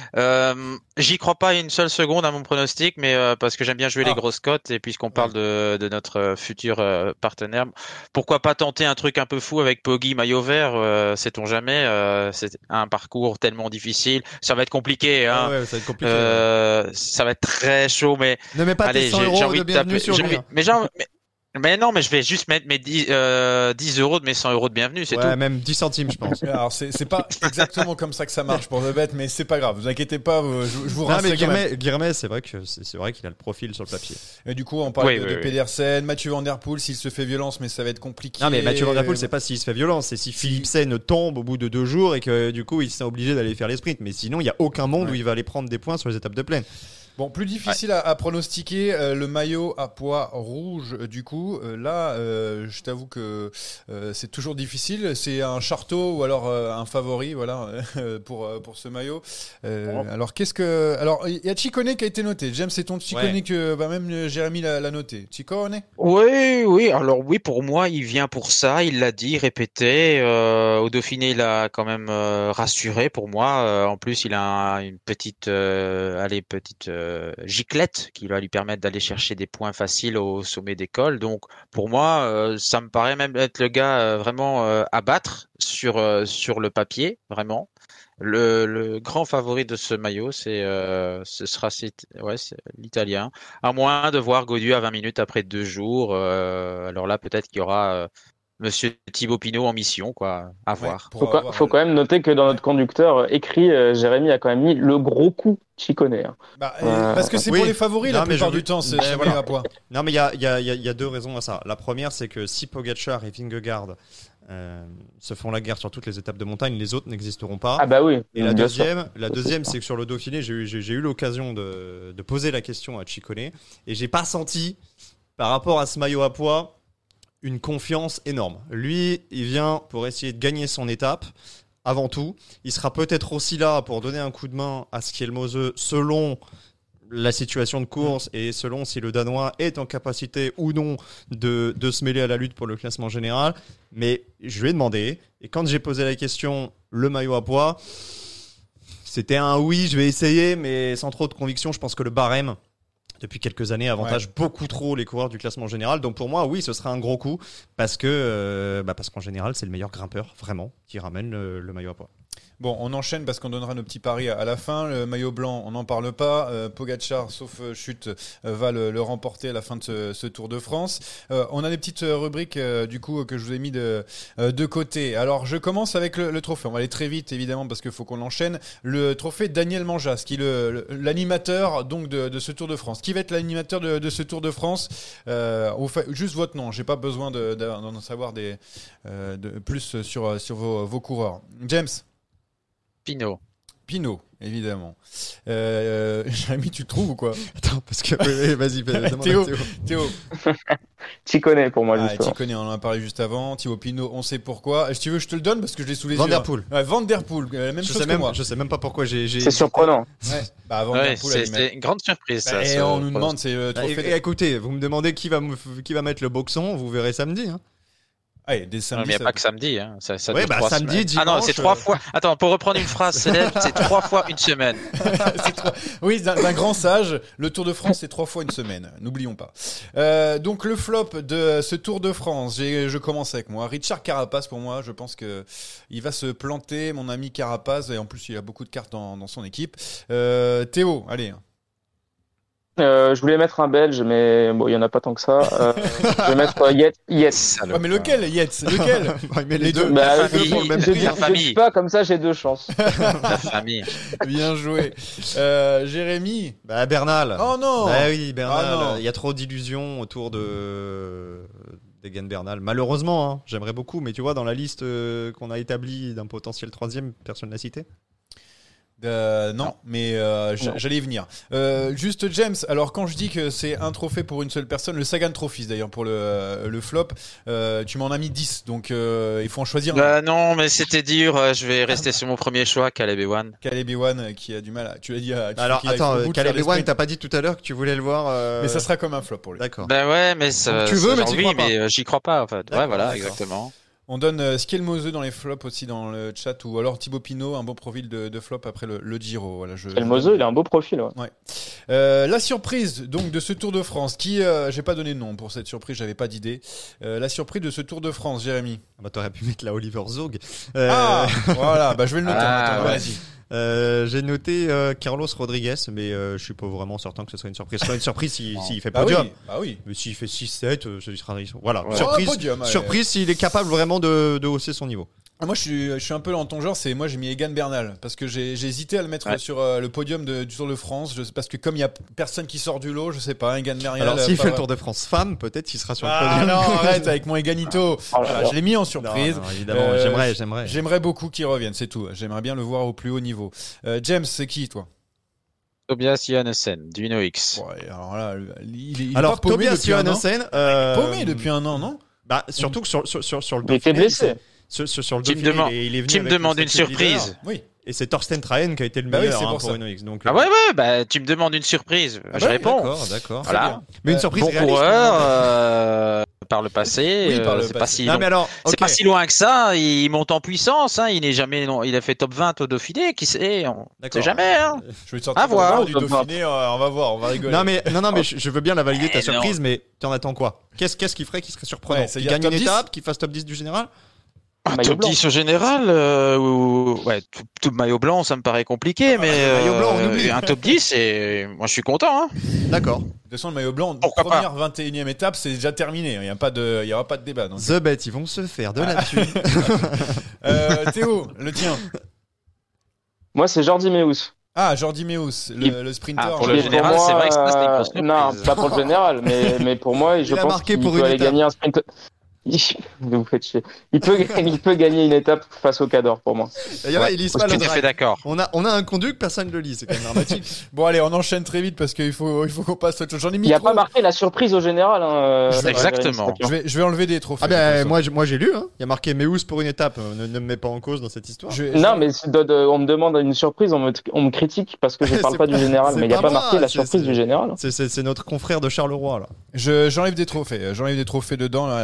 J'y crois pas une seule seconde à mon pronostic, mais parce que j'aime bien jouer les grosses cotes, et puisqu'on parle de notre futur partenaire, pourquoi pas tenter un truc un peu fou avec Poggi maillot vert, sait-on jamais. C'est un parcours tellement difficile, ça va être compliqué. Ça va être compliqué. Ça va être très chaud, mais ne mets pas tes 100 € de bienvenue sur lui. Mais non, mais je vais juste mettre mes 10 € de mes 100 € de bienvenue, c'est tout. Ouais, même 10 centimes, je pense. Alors, c'est pas exactement comme ça que ça marche pour The Bet, mais c'est pas grave. Vous inquiétez pas, je vous rassure. Girmay, c'est vrai qu'il a le profil sur le papier. Et du coup, on parle de Pedersen, Mathieu Van Der Poel, s'il se fait violence, mais ça va être compliqué. Non, mais Mathieu Van Der Poel, c'est pas s'il se fait violence, c'est si Philipsen tombe au bout de 2 jours et que du coup, il s'est obligé d'aller faire les sprints. Mais sinon, il y a aucun monde où il va aller prendre des points sur les étapes de plaine. Bon, plus difficile à pronostiquer, le maillot à pois rouge, du coup, là, je t'avoue que c'est toujours difficile. C'est un Charteau ou alors un favori, voilà, pour ce maillot. Alors, alors, il y a Ciccone qui a été noté. James, c'est ton Ciccone que même Jérémy l'a noté. Ciccone ? Oui. Alors oui, pour moi, il vient pour ça. Il l'a dit, répété. Au Dauphiné, il a quand même rassuré pour moi. En plus, il a une petite giclette qui va lui permettre d'aller chercher des points faciles au sommet des cols. Donc pour moi, ça me paraît même être le gars vraiment à battre sur le papier, vraiment. Le grand favori de ce maillot, c'est l'Italien. À moins de voir Gaudu à 20 minutes après 2 jours. Alors là, peut-être qu'il y aura Monsieur Thibaut Pinot en mission, quoi, à voir. Faut quand même noter que dans notre conducteur écrit, Jérémy a quand même mis le gros coup Ciccone. Parce que c'est pour les favoris la plupart du temps, c'est à poids. Non, mais il y a 2 raisons à ça. La première, c'est que si Pogačar et Vingegaard se font la guerre sur toutes les étapes de montagne, les autres n'existeront pas. Ah bah oui. Et la deuxième, c'est que sur le Dauphiné, j'ai eu l'occasion de poser la question à Ciccone et j'ai pas senti, par rapport à ce maillot à pois, une confiance énorme. Lui, il vient pour essayer de gagner son étape. Avant tout, il sera peut-être aussi là pour donner un coup de main à Schielmose selon la situation de course et selon si le Danois est en capacité ou non de se mêler à la lutte pour le classement général. Mais je lui ai demandé, et quand j'ai posé la question, le maillot à pois, C'était un oui, je vais essayer, mais sans trop de conviction. Je pense que le barème, depuis quelques années, avantage beaucoup trop les coureurs du classement général. Donc pour moi, oui, ce serait un gros coup parce qu'en général, c'est le meilleur grimpeur, vraiment, qui ramène le maillot à poids. Bon, on enchaîne parce qu'on donnera nos petits paris à la fin. Le maillot blanc, on n'en parle pas. Pogacar, sauf chute, va le remporter à la fin de ce Tour de France. On a des petites rubriques du coup que je vous ai mis de côté. Alors, je commence avec le trophée. On va aller très vite, évidemment, parce qu'il faut qu'on enchaîne. Le trophée Daniel Manjas, qui est l'animateur donc de ce Tour de France. Qui va être l'animateur de ce Tour de France? On fait juste votre nom. J'ai pas besoin d'en savoir de plus sur vos coureurs. James. Pinot, évidemment. Jérémy, tu le trouves ou quoi? Attends, parce que vas-y, demande Théo. T'y connais pour moi, justement. T'y connais, on en a parlé juste avant. Thibaut Pinot, on sait pourquoi. Si tu veux, je te le donne parce que je l'ai sous les yeux. Van Der Poel. Ouais, Van Der Poel, la même chose que moi. Je sais même pas pourquoi j'ai... C'est surprenant. Ouais. Van Der Poel, c'était une grande surprise. Ça, et on nous demande, c'est le trophée. Écoutez, vous me demandez qui va mettre le boxon, vous verrez samedi. Hein. Allez, dès samedi. Non, mais il n'y a pas que samedi. Hein. Ça ouais, bah samedi, dimanche. Ah non, c'est 3 fois. Attends, pour reprendre une phrase célèbre, c'est 3 fois une semaine. Oui, d'un grand sage, le Tour de France, c'est 3 fois une semaine. N'oublions pas. Donc, le flop de ce Tour de France, je commence avec moi. Richard Carapaz, pour moi, je pense qu'il va se planter, mon ami Carapaz. Et en plus, il a beaucoup de cartes dans son équipe. Théo, allez. Je voulais mettre un Belge, mais bon, il y en a pas tant que ça. Je vais mettre Yates. Ouais, mais lequel, Yates? Lequel? Mais les deux. Je dis pas comme ça, j'ai 2 chances. La famille. Bien joué. Jérémy. Bernal. Oh non. Bah oui, Bernal. Ah non. Il y a trop d'illusions autour d'Egan Bernal. Malheureusement, hein, j'aimerais beaucoup, mais tu vois, dans la liste qu'on a établie d'un potentiel 3e, personne l'a cité. Non, mais j'allais y venir. Juste James, alors quand je dis que c'est un trophée pour une seule personne, le Sagan Trophy d'ailleurs pour le flop, tu m'en as mis 10, donc il faut en choisir un. Non, mais c'était dur, je vais rester sur mon premier choix, Caleb Ewan. Caleb Ewan qui a du mal à... Tu l'as dit alors attends, Caleb Ewan, t'as pas dit tout à l'heure que tu voulais le voir Mais ça sera comme un flop pour lui. D'accord. Ben ouais, mais ça, tu veux, mais j'y crois pas. Mais j'y crois pas en fait. Ouais, voilà, d'accord. Exactement. On donne Skelmose dans les flops aussi dans le chat, ou alors Thibaut Pinot, un beau profil de flop après le Giro. Voilà, Skelmose, il a un beau profil. Ouais. La surprise donc de ce Tour de France, qui j'ai pas donné de nom pour cette surprise, j'avais pas d'idée. La surprise de ce Tour de France, Jérémy. Bah t'aurais pu mettre la Oliver Zog. Voilà, bah je vais le noter. Vas-y. J'ai noté Carlos Rodriguez, mais je suis pas vraiment certain que ce serait une surprise. Ce serait une surprise s'il fait podium. Bah oui. Mais s'il fait 6-7, ce sera voilà. Ouais. Surprise s'il est capable vraiment de hausser son niveau. Moi, je suis un peu dans ton genre. Moi, j'ai mis Egan Bernal parce que j'ai hésité à le mettre sur le podium du Tour de France. Parce que comme il y a personne qui sort du lot, je sais pas. Egan Bernal. Alors, s'il fait le Tour de France femme, peut-être qu'il sera sur le podium. Non, arrête avec mon Eganito. Voilà, je l'ai mis en surprise. Non, évidemment, j'aimerais beaucoup qu'il revienne. C'est tout. J'aimerais bien le voir au plus haut niveau. James, c'est qui, toi? Tobias Johannessen, du Uno-X. Ouais, alors là, il est alors pas paumé Tobias Johannessen, paumé depuis un an, non? Bah surtout que sur le. Il était blessé. Sur le Dauphiné, il est venu. Tu me demandes une surprise. Oui. Et c'est Thorsten Trahen qui a été le meilleur pour Uno-X. Donc, ouais, tu me demandes une surprise. Je réponds. D'accord. Voilà. Mais une surprise bon réaliste. Coureur, par le passé, c'est pas si long. Mais alors, c'est pas si loin que ça. Il monte en puissance. Hein. Il a fait top 20 au Dauphiné. Qui sait? On sait jamais. Hein. Je vais te sortir voir du Dauphiné. On va voir. On va rigoler. Non, mais je veux bien la valider ta surprise, mais tu en attends quoi? Qu'est-ce qui ferait qui serait surprenant? Qu'il gagne une étape, qu'il fasse top 10 du général? Top 10 au général, tout maillot blanc, ça me paraît compliqué, mais maillot blanc, on oublie. Un top 10, et moi je suis content. Hein. D'accord. De toute façon, le maillot blanc, première 21e étape, c'est déjà terminé. Il n'y aura pas de débat. Donc. The Bet, ils vont se faire de là-dessus. Théo, le tien. Moi, c'est Jordi Meus. Ah, Jordi Meus, le sprinter. Pour le général, c'est vrai que ça, c'était une grosse surprise. Non, pas pour le général, mais pour moi, je pense qu'il peut aller gagner un sprint. Vous faites chier. Il peut gagner une étape face au Cador pour moi. D'ailleurs, il lit pas le fait d'accord. On a un conduit que personne ne le lit, c'est quand même dramatique. Bon allez, on enchaîne très vite parce qu'il faut qu'on passe à autre chose. J'en ai mis. Il n'y a pas marqué la surprise au général. Exactement. Je vais enlever des trophées. Ah ben moi j'ai lu. Hein. Il y a marqué Meus pour une étape. Ne me mets pas en cause dans cette histoire. Non, mais on me demande une surprise, on me critique parce que je parle pas du général, mais il n'y a pas marqué la surprise du général. C'est notre confrère de Charleroi là. J'enlève des trophées. J'en ferai un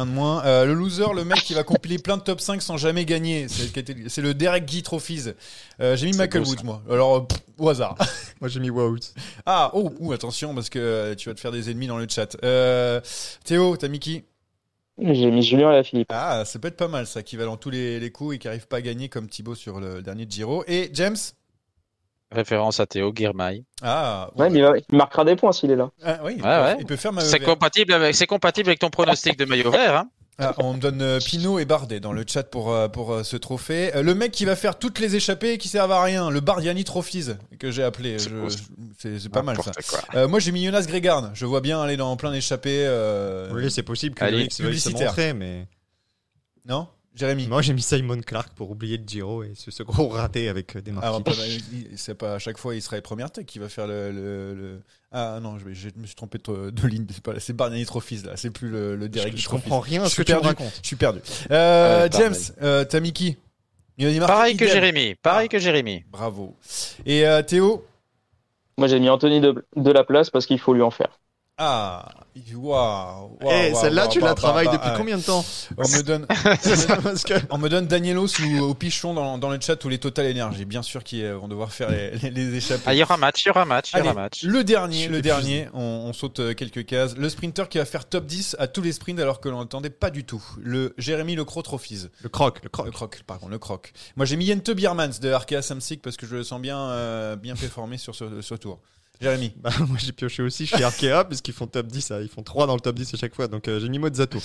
de moins. Le loser, le mec qui va compiler plein de top 5 sans jamais gagner. C'est le Derek Guy Trophies. J'ai mis Michael Woods, moi. Alors, au hasard. Moi, j'ai mis Woods. Ah, attention, parce que tu vas te faire des ennemis dans le chat. Théo, t'as mis qui ? J'ai mis Julien et Philippe. Ah, ça peut être pas mal, ça, qui va dans tous les coups et qui n'arrive pas à gagner comme Thibaut sur le dernier Giro. Et James ? Référence à Théo Girmay. Ah, Ouais, mais il marquera des points s'il est là. Ah, oui, Ouais. il peut faire maillot C'est vert. compatible avec ton pronostic de maillot vert. Hein. Ah, on me donne Pinot et Bardet dans le chat pour ce trophée. Le mec qui va faire toutes les échappées et qui servent à rien, le Bardiani Trophies que j'ai appelé. C'est pas mal ça. Moi j'ai mis Jonas Gregard. Je vois bien aller dans plein d'échappées. Oui, c'est possible que Allez, Loïc se veuille se publicitaire. montrer, mais... Non, Jérémy. Moi, j'ai mis Simon Clark pour oublier le Giro et ce gros raté avec des Alors, marques. c'est pas à chaque fois il sera les premières tech qui va faire le... Ah non, je me suis trompé de ligne. C'est Bardiani Trophies là. C'est plus le direct. Je comprends rien à ce que tu me racontes. Je suis perdu. James, t'as mis qui ? Pareil que Jérémy. Bravo. Et Théo ? Moi, j'ai mis Anthony de la place parce qu'il faut lui en faire. Ah, waouh. Celle-là, tu la travailles depuis combien de temps ? On me donne, Parce que... on me donne Danielos ou au pichon dans le chat ou les Total Energy. Bien sûr qu'ils vont devoir faire les échappées. Ah, il y aura match. Allez, le dernier, on saute quelques cases. Le sprinter qui va faire top 10 à tous les sprints alors que l'on n'entendait pas du tout. Le Jérémy Le Croc Trophies. Le croc. Le croc. Moi j'ai mis Jente Biermans de Arkea Samsic parce que je le sens bien performé sur ce tour. Jérémy. Moi j'ai pioché aussi chez Arkea parce qu'ils font top 10, ils font 3 dans le top 10 à chaque fois, donc j'ai mis Mozzato.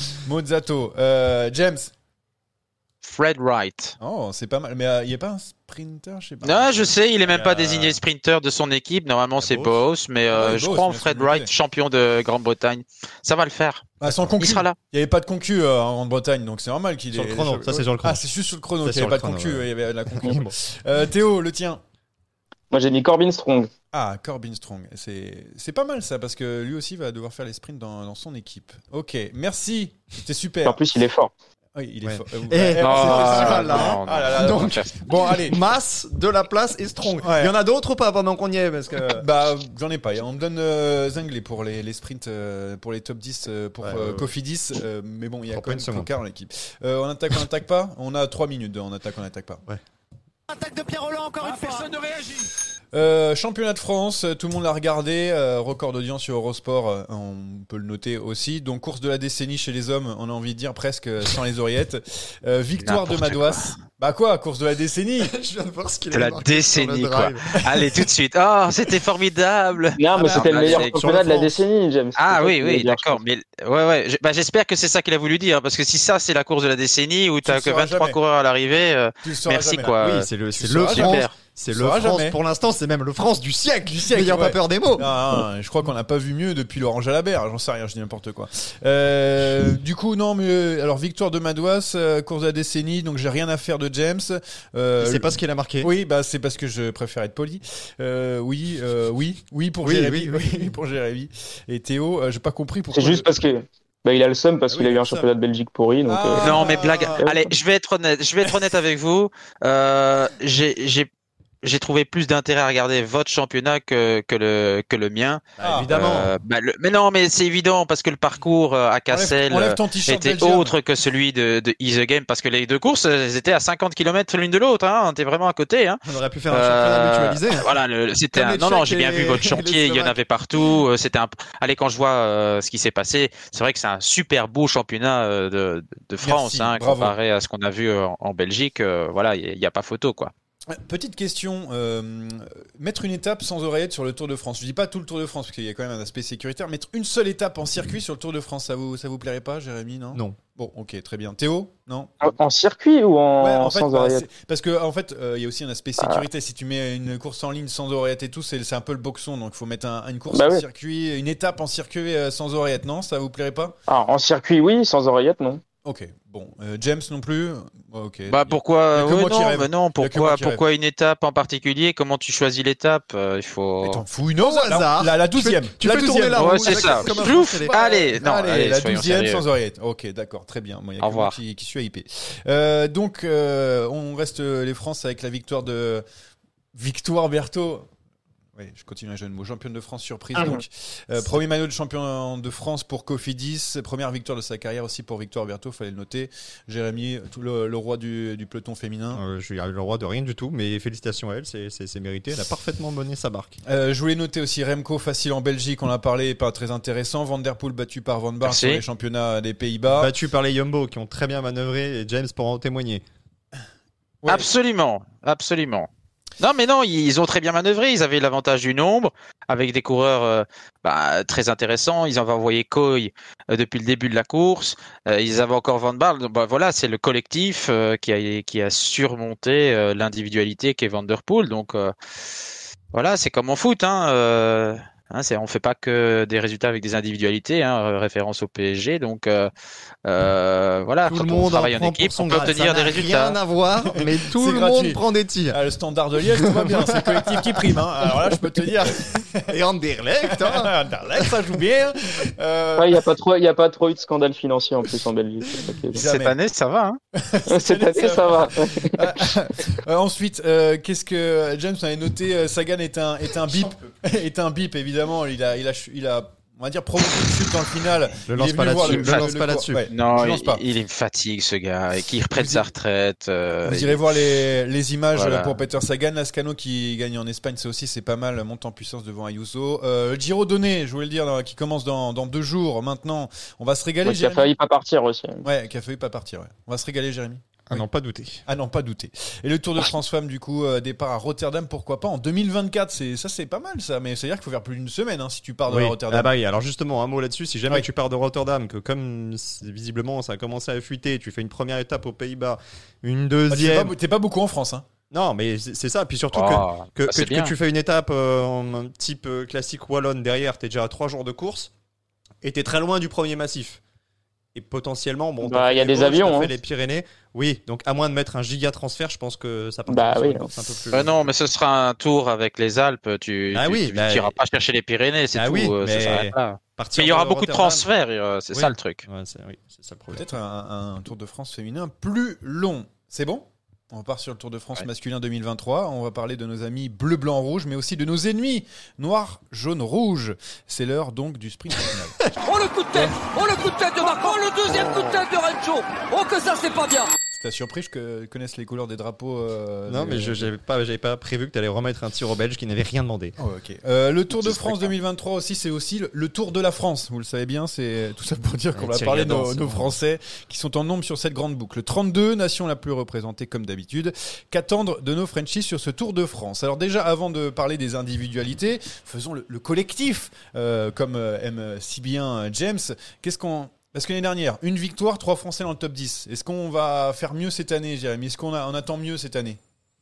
James. Fred Wright. Oh, c'est pas mal. Mais il n'y a pas un sprinter, je sais pas. Non, je sais, il est même pas désigné sprinter de son équipe. Normalement, c'est Boos, mais je crois en Fred Wright, champion de Grande-Bretagne. Ça va le faire. Sans concu. Il sera là. Il n'y avait pas de concu en Grande-Bretagne, donc c'est normal qu'il Sur le chrono, ça c'est sur le chrono. Ah, c'est juste sur le chrono Ça, qu'il n'y avait sur pas le de chrono, concu, ouais. il y avait la concu. Théo, le tien. Moi, j'ai mis Corbin Strong. Ah, Corbin Strong. C'est pas mal ça, parce que lui aussi va devoir faire les sprints dans son équipe. Ok, merci. C'était super. En plus, il est fort. Oui, il est fort. Donc, Bon, allez. Masse, de la place et Strong. Ouais. Il y en a d'autres ou pas pendant qu'on y est parce que... J'en ai pas. On me donne Zingley pour les sprints, pour les top 10, pour Cofidis. Mais bon, il y a quand même Cocard dans l'équipe. On attaque pas. On a 3 minutes. On attaque pas. Ouais. Attaque de Pierre Rolland encore une fois. Personne ne réagit. Championnat de France, tout le monde l'a regardé, record d'audience sur Eurosport, on peut le noter aussi. Donc course de la décennie chez les hommes, on a envie de dire presque sans les oreillettes. Victoire de Madouas. Bah quoi, course de la décennie. Je viens de voir ce qu'il De a la marqué décennie, sur le quoi. drive. Allez, tout de suite. Oh, c'était formidable. Non, mais c'était le meilleur c'est- championnat de la décennie, James. Ah C'est oui, ça, oui, d'accord. Mais ouais. J'espère que c'est ça qu'il a voulu dire, parce que si ça c'est la course de la décennie où t'as le que sauras 23 jamais. coureurs à l'arrivée, Tu le sauras merci jamais, quoi. Oui, c'est le sauras France. jamais. C'est Tu le sauras France jamais. pour l'instant, c'est même le France du siècle. siècle, N'ayant ouais. pas peur des mots. Je crois qu'on n'a pas vu mieux depuis l'Orange à la Berre. J'en sais rien, je dis n'importe quoi. Du coup, non, mais alors victoire de Madouas, course de la décennie, donc j'ai rien à faire de James. C'est pas ce qu'il a marqué. Oui, c'est parce que je préfère être poli. Oui pour Oui, Jérémy. oui. Oui pour Jérémy. Et Théo, j'ai pas compris pourquoi. C'est juste parce que il a le seum parce Ah qu'il oui, a eu un ça. championnat de Belgique pourri. Donc, Non, mais blague. Allez, je vais être honnête avec vous. J'ai trouvé plus d'intérêt à regarder votre championnat que le mien. Évidemment. Mais non, mais c'est évident parce que le parcours à Cassel Enlève ton t-shirt était belgian. autre que celui de Ease Game parce que les deux courses elles étaient à 50 km l'une de l'autre. Hein, on était vraiment à côté. Hein. On aurait pu faire un championnat mutualisé. Voilà, c'était Comme les non, Tchèques j'ai bien et- vu votre et les chantier. Il y en Slovaques. avait partout. Allez, quand je vois ce qui s'est passé, c'est vrai que c'est un super beau championnat de France, Merci, hein, bravo. comparé à ce qu'on a vu en Belgique. Voilà, il y a pas photo quoi. Petite question, mettre une étape sans oreillette sur le Tour de France. Je dis pas tout le Tour de France parce qu'il y a quand même un aspect sécuritaire. Mettre une seule étape en circuit sur le Tour de France, ça vous plairait pas, Jérémy, non ? Non. Bon, ok, très bien. Théo, non ? en circuit ou Ouais, en fait, sans oreillette parce que en fait, il y a aussi un aspect sécurité. Si tu mets une course en ligne sans oreillette et tout, c'est un peu le boxon. Donc, il faut mettre une course en circuit, une étape en circuit sans oreillette. Non, ça vous plairait pas ? En circuit, oui, sans oreillette, non. Ok, bon. James non plus. Ok. Pourquoi Il y a que moi qui rêve. mais non, Il y a que moi qui pourquoi une étape en particulier? Comment tu choisis l'étape? Il faut. Mais t'en fous une autre. Au hasard. La 12e. Tu La fais tourner 12e. la roue. Ouais, c'est ça. comme un Plouf. Français. Allez, non, Allez, la soyons 12e sérieux. sans oreillette. Ok, d'accord, très bien. Moi, il y a Au que moi revoir. qui suis hypé. Donc, on reste les France avec la victoire de Victoire Berthaud. Oui, je continue à jouer le mot. Championne de France surprise. Donc, premier maillot de champion de France pour Cofidis. Première victoire de sa carrière aussi pour Victoire Berthaud, fallait le noter. Jérémy, le roi du peloton féminin. Je suis le roi de rien du tout, mais félicitations à elle, c'est mérité. Elle a parfaitement mené sa barque. Je voulais noter aussi Remco facile en Belgique, on l'a parlé, pas très intéressant. Van der Poel battu par Van Baarle sur les championnats des Pays-Bas. Battu par les Jumbo qui ont très bien manœuvré et James pour en témoigner. Ouais. Absolument. Non, mais non, ils ont très bien manœuvré. Ils avaient l'avantage du nombre avec des coureurs très intéressants. Ils avaient envoyé Coy depuis le début de la course. Ils avaient encore Van Baarle. Voilà, c'est le collectif qui a surmonté l'individualité qu'est Van der Poel. Donc voilà, c'est comme en foot. On fait pas que des résultats avec des individualités. Référence au PSG. Donc voilà, tout quand le on monde travaille en équipe, on peut obtenir des résultats. Rien à voir, mais tout le monde prend des tirs. Le Standard de Liège, tout va bien. C'est le collectif qui prime. Alors là, je peux te dire. Et Anderlecht, Anderlecht, ça joue bien. Il n'y a pas trop eu de scandale financier en plus en Belgique. Cette année, ça va. Cette année, ça va. Ensuite, qu'est-ce que James avait noté? Sagan est un bip, évidemment. Il a on va dire provoqué une chute dans le final. Je lance pas là-dessus. Ouais, non, il me fatigue ce gars et qu'il reprenne sa retraite. Vous irez voir les images pour Peter Sagan. Lascano qui gagne en Espagne, c'est pas mal, monte en puissance devant Ayuso. Giro Donné, je voulais le dire, qui commence dans 2 jours. Maintenant, on va se régaler. Qui a failli pas partir aussi. Ouais, qui a failli pas partir. Ouais. On va se régaler, Jérémy. Ah non, pas douter. Et le Tour de France Femmes, du coup, départ à Rotterdam, pourquoi pas en 2024, c'est pas mal ça, mais c'est-à-dire qu'il faut faire plus d'une semaine si tu pars de Rotterdam. Ah bah oui, alors justement, un mot là-dessus, si jamais tu pars de Rotterdam, que comme visiblement ça a commencé à fuiter, tu fais une première étape aux Pays-Bas, une deuxième... T'es pas beaucoup en France, hein. Non, mais c'est ça, puis surtout que tu fais une étape en type classique wallonne derrière, t'es déjà à 3 jours de course, et t'es très loin du premier massif. Et potentiellement, il y a des avions. Fait les Pyrénées. Oui, donc à moins de mettre un giga transfert, je pense que ça part un peu plus. Non, mais ce sera un tour avec les Alpes. Tu n'iras pas chercher les Pyrénées, c'est tout. Oui, ça s'arrête là. Mais il y aura beaucoup de transferts, c'est ça le truc. Ouais, c'est ça le problème. Peut-être un Tour de France féminin plus long. C'est bon ? On repart sur le Tour de France masculin 2023. On va parler de nos amis bleu, blanc, rouge, mais aussi de nos ennemis noir, jaune, rouge. C'est l'heure donc du sprint final. Oh le coup de tête de Marco, le deuxième coup de tête de Rencho. Oh que ça c'est pas bien. T'as surpris que connaissent les couleurs des drapeaux Non, mais j'avais pas prévu que t'allais remettre un tir aux Belges qui n'avaient rien demandé. Oh, ok. Le Tour de France 2023 aussi, c'est aussi le Tour de la France. Vous le savez bien, c'est tout ça pour dire qu'on va parler de nos Français qui sont en nombre sur cette grande boucle. 32 nations la plus représentée comme d'habitude. Qu'attendre de nos Frenchies sur ce Tour de France? Alors déjà, avant de parler des individualités, faisons le collectif, comme aime si bien James. Parce que l'année dernière, une victoire, 3 Français dans le top 10. Est-ce qu'on va faire mieux cette année, Jérémy? Est-ce qu'on attend mieux cette année?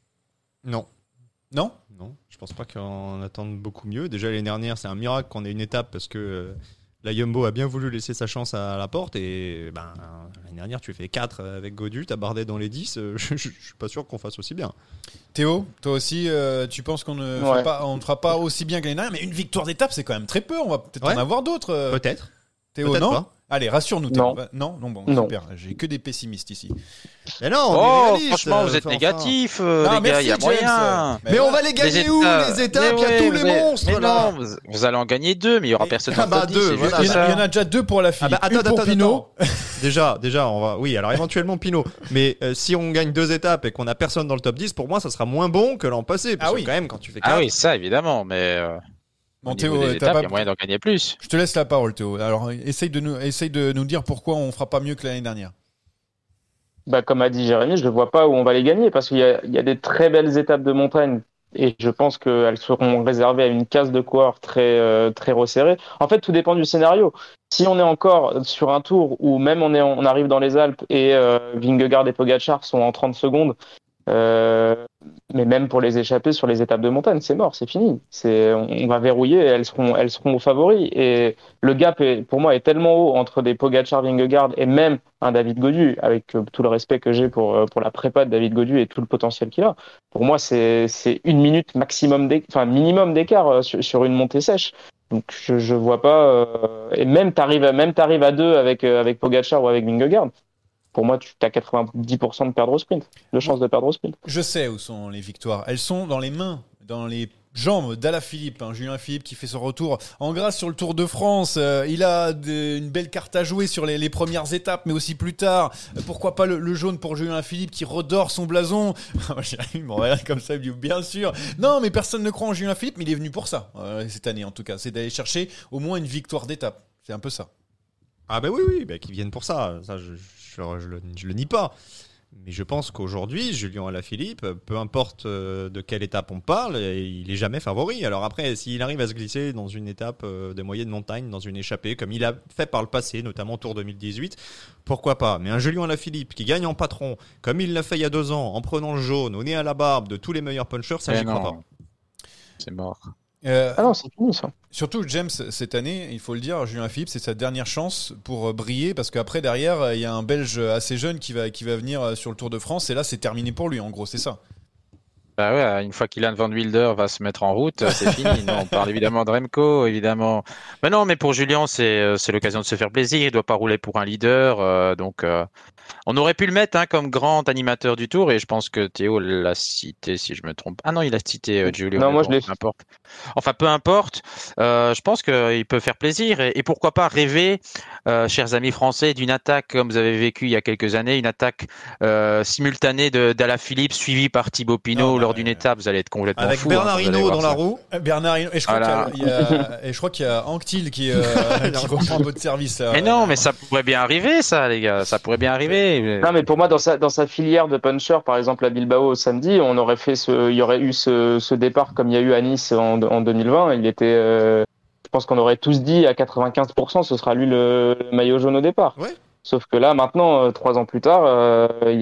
Non. Non, je pense pas qu'on attende beaucoup mieux. Déjà, l'année dernière, c'est un miracle qu'on ait une étape parce que la Jumbo a bien voulu laisser sa chance à la porte. Et l'année dernière, tu fais 4 avec Gaudu, t'as Bardet dans les 10. Je suis pas sûr qu'on fasse aussi bien. Théo, toi aussi, tu penses qu'on ne fera pas aussi bien que l'année dernière? Mais une victoire d'étape, c'est quand même très peu. On va peut-être en avoir d'autres. Peut-être. Théo, peut-être non pas. Allez, rassure-nous. Non. Non, bon, super. J'ai que des pessimistes ici. Mais non, on est réaliste, franchement, vous êtes négatifs, les gars, il y a moyen. Mais on va les gagner où, les étapes? Il y a tous les monstres, là. Non, vous allez en gagner 2, mais il y aura personne dans le top 10. Il y en a déjà 2 pour la fille. Attends, Pinot. Déjà, on va. Oui, alors éventuellement Pinot. Mais si on gagne 2 étapes et qu'on a personne dans le top 10, pour moi, ça sera moins bon que l'an passé. Parce que quand même, quand tu fais 4... Ah oui, ça, évidemment, mais... Bon, Théo, il y a moyen d'en gagner plus. Je te laisse la parole, Théo. Alors, essaye de nous dire pourquoi on fera pas mieux que l'année dernière. Comme a dit Jérémy, je ne vois pas où on va les gagner parce qu'il y a des très belles étapes de montagne et je pense qu'elles seront réservées à une case de coureurs très, très resserrée. En fait, tout dépend du scénario. Si on est encore sur un tour où même on arrive dans les Alpes et Vingegaard et Pogačar sont en 30 secondes, mais même pour les échapper sur les étapes de montagne, c'est mort, c'est fini. On va verrouiller et elles seront aux favoris. Et le gap, pour moi, est tellement haut entre des Pogačar, Vingegaard et même un David Gaudu, avec tout le respect que j'ai pour la prépa de David Gaudu et tout le potentiel qu'il a. Pour moi, c'est 1 minute minimum d'écart sur une montée sèche. Donc je vois pas. Et même t'arrives à 2 avec Pogačar ou avec Vingegaard. Pour moi, tu as 90% de chances de perdre au sprint. Je sais où sont les victoires. Elles sont dans les mains, jambes d'Alaphilippe, Julien Philippe qui fait son retour en grâce sur le Tour de France. Il a une belle carte à jouer sur les premières étapes, mais aussi plus tard. Pourquoi pas le jaune pour Julien Philippe qui redore son blason. Il me regarde comme ça, il me dit bien sûr. Non, mais personne ne croit en Julien Philippe, mais il est venu pour ça, cette année en tout cas. C'est d'aller chercher au moins une victoire d'étape. C'est un peu ça. Ah bah oui, qu'ils viennent pour ça. Ça, je le nie pas. Mais je pense qu'aujourd'hui, Julien Alaphilippe, peu importe de quelle étape on parle, il est jamais favori. Alors après, s'il arrive à se glisser dans une étape de moyenne montagne, dans une échappée, comme il a fait par le passé, notamment au Tour 2018, pourquoi pas. Mais un Julien Alaphilippe qui gagne en patron, comme il l'a fait il y a 2 ans, en prenant le jaune, au nez à la barbe de tous les meilleurs punchers, ça j'y crois pas. C'est mort. Ah non, c'est fini ça. Surtout James, cette année, il faut le dire, Julien Philippe, c'est sa dernière chance pour briller, parce qu'après, derrière, il y a un Belge assez jeune qui va venir sur le Tour de France, et là, c'est terminé pour lui, en gros, c'est ça. Bah ouais, une fois qu'Ilan Van Wilder va se mettre en route, c'est fini. Non, on parle évidemment de Remco, évidemment. Mais non, mais pour Julien, c'est l'occasion de se faire plaisir. Il doit pas rouler pour un leader, donc on aurait pu le mettre comme grand animateur du Tour, et je pense que Théo l'a cité, si je me trompe. Ah non, il a cité Julien. Non, moi je l'ai. Peu importe. Enfin, peu importe. Je pense qu'il peut faire plaisir, et pourquoi pas rêver, chers amis français, d'une attaque comme vous avez vécu il y a quelques années, une attaque simultanée d'Alaphilippe suivie par Thibaut Pinot lors d'une étape. Vous allez être complètement avec fou. Bernard Hinault dans la roue. Bernard Hinault. Et je crois qu'il y a Anctil qui reprend un peu de service. Mais non, mais ça pourrait bien arriver, ça, les gars. Ça pourrait bien arriver. Non, mais pour moi, dans sa filière de puncher, par exemple à Bilbao samedi, il y aurait eu ce départ comme il y a eu à Nice en 2020. Il était, je pense qu'on aurait tous dit à 95%, ce sera lui le maillot jaune au départ. Ouais. Sauf que là, maintenant, 3 ans plus tard, il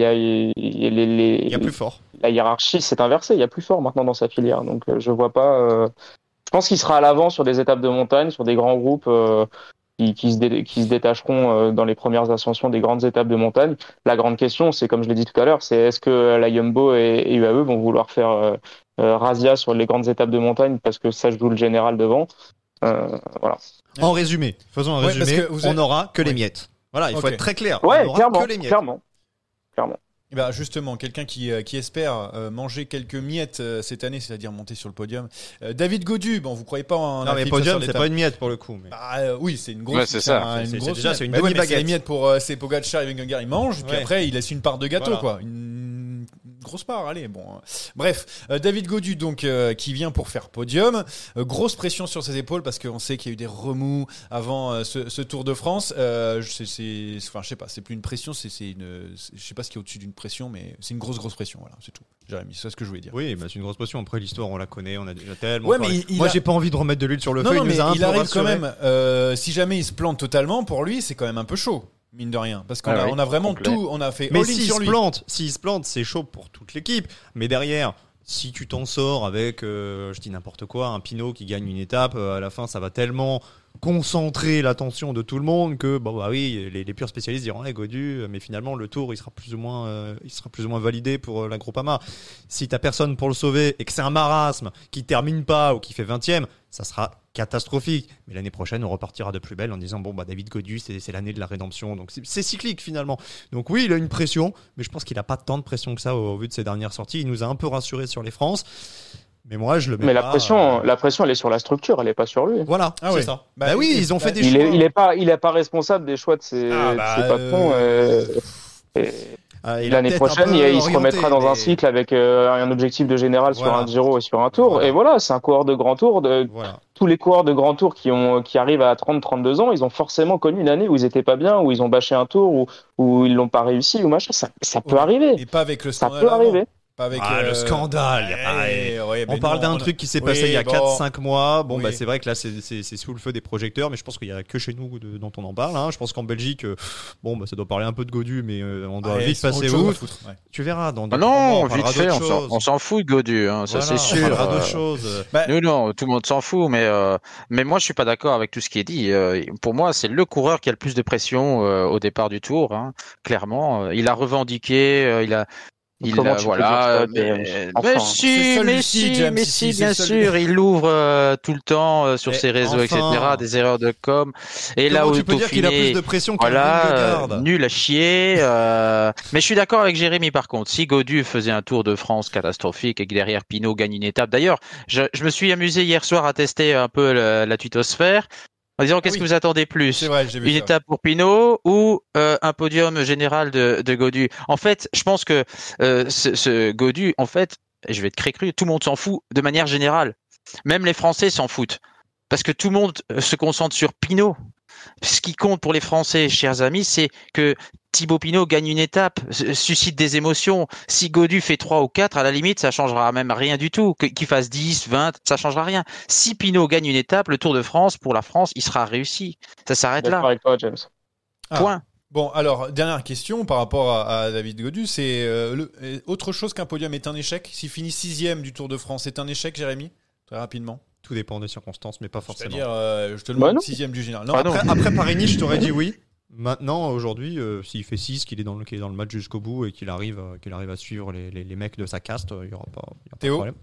y a plus fort. La hiérarchie s'est inversée. Il y a plus fort maintenant dans sa filière. Donc, je vois pas. Je pense qu'il sera à l'avant sur des étapes de montagne, sur des grands groupes qui se détacheront dans les premières ascensions des grandes étapes de montagne. La grande question, c'est comme je l'ai dit tout à l'heure, c'est est-ce que la Jumbo et UAE vont vouloir faire razzia sur les grandes étapes de montagne parce que ça joue le général devant. Voilà. En résumé, faisons un résumé. On n'aura que les miettes. Voilà, il faut être très clair. Ouais, on n'aura que les miettes. Clairement. Et ben justement, quelqu'un qui espère manger quelques miettes cette année, c'est-à-dire monter sur le podium. David Gaudu, bon, vous croyez pas en non, mais podium, c'est pas une miette pour le coup. Mais... oui, c'est une grosse. Ouais, c'est ça. C'est une demi-baguette. C'est les miettes pour c'est Pogacar et Vingegaard, ils mangent, puis après il laisse une part de gâteau, quoi. Une grosse part, allez, bon. Bref, David Gaudu, donc, qui vient pour faire podium. Grosse pression sur ses épaules parce qu'on sait qu'il y a eu des remous avant ce Tour de France. Je sais pas, c'est plus une pression, je sais pas ce qui est au-dessus d'une pression, mais c'est une grosse pression, voilà, c'est tout. Jérémy, c'est ce que je voulais dire. Oui, bah, c'est une grosse pression. Après, l'histoire, on la connaît, on a déjà tellement. Ouais, mais moi, j'ai pas envie de remettre de l'huile sur le feu. Mais il arrive quand même. Si jamais il se plante totalement, pour lui, c'est quand même un peu chaud. Mine de rien, parce qu'on a vraiment complet. Tout, on a fait. Mais s'il se plante, c'est chaud pour toute l'équipe. Mais derrière, si tu t'en sors avec, je dis n'importe quoi, un Pinot qui gagne une étape, à la fin, ça va tellement concentrer l'attention de tout le monde que, les purs spécialistes diront, Gaudu, mais finalement, le tour, il sera plus ou moins validé pour la Groupama. Si t'as personne pour le sauver et que c'est un marasme qui termine pas ou qui fait 20e, ça sera catastrophique. Mais l'année prochaine, on repartira de plus belle en disant David Gaudu, c'est l'année de la rédemption. Donc c'est cyclique finalement. Donc oui, il a une pression, mais je pense qu'il a pas tant de pression que ça au vu de ses dernières sorties. Il nous a un peu rassurés sur les France. Mais moi, je le mets mais pas. La pression, elle est sur la structure, elle est pas sur lui. Voilà, c'est ça. Oui, ils ont fait des choix. Il est pas responsable des choix de ses patrons. L'année prochaine, il se remettra dans un cycle avec un objectif de général sur un Giro et sur un Tour. Et voilà, c'est un coureur de grand Tour. Tous les coureurs de grand Tour qui arrivent à 30-32 ans, ils ont forcément connu une année où ils étaient pas bien, où ils ont bâché un Tour, où ils l'ont pas réussi, ou machin. Ça peut arriver. Et pas avec le scandale. Ça peut arriver. Avec le scandale. On parle d'un truc qui s'est passé il y a 4-5 mois. C'est vrai que là, c'est sous le feu des projecteurs, mais je pense qu'il n'y a que chez nous dont on en parle. Je pense qu'en Belgique, ça doit parler un peu de Godu, mais on doit vite passer outre. Tu verras. Non, vite fait, on s'en fout de Godu, ça c'est sûr. On parlera d'autres choses. Non, tout le monde s'en fout, mais moi je suis pas d'accord avec tout ce qui est dit. Pour moi, c'est le coureur qui a le plus de pression au départ du Tour, clairement. Il a revendiqué, Comment tu peux dire ça, James ? Enfin. C'est celui-ci, James, mais ici, si, c'est bien celui- sûr, il l'ouvre tout le temps sur Mais ses réseaux, enfin. etc., des erreurs de com. Et là Comment où tu peux dire qu'il a plus de pression qu'un Vingegaard ? nul à chier. Mais je suis d'accord avec Jérémy par contre. Si Gaudu faisait un Tour de France catastrophique et que derrière Pinot gagne une étape. D'ailleurs, je me suis amusé hier soir à tester un peu la twittosphère en disant qu'est-ce oui. que vous attendez plus ? C'est vrai, j'ai vu Une ça. étape pour Pinot ou un podium général de Gaudu. En fait, je pense que ce Gaudu, en fait, je vais être très cru, tout le monde s'en fout de manière générale. Même les Français s'en foutent. Parce que tout le monde se concentre sur Pinot. Ce qui compte pour les Français, chers amis, c'est que Thibaut Pinot gagne une étape, suscite des émotions. Si Gaudu fait 3 ou 4, à la limite, ça changera même rien du tout. Qu'il fasse 10, 20, ça changera rien. Si Pinot gagne une étape, le Tour de France, pour la France, il sera réussi. Ça s'arrête D'accord là. avec toi, James. Point. Bon, alors, dernière question par rapport à David Gaudu, c'est autre chose qu'un podium est un échec. S'il finit 6e du Tour de France, c'est un échec, Jérémy ? Très rapidement. Tout dépend des circonstances, mais pas forcément. C'est-à-dire, je te Bah demande non. 6e du général. Non, Ah non. Après Paris-Nice, je t'aurais dit oui. Maintenant, aujourd'hui, s'il fait 6, qu'il est dans le match jusqu'au bout et qu'il arrive à suivre les mecs de sa caste, il n'y aura pas de Théo ? problème.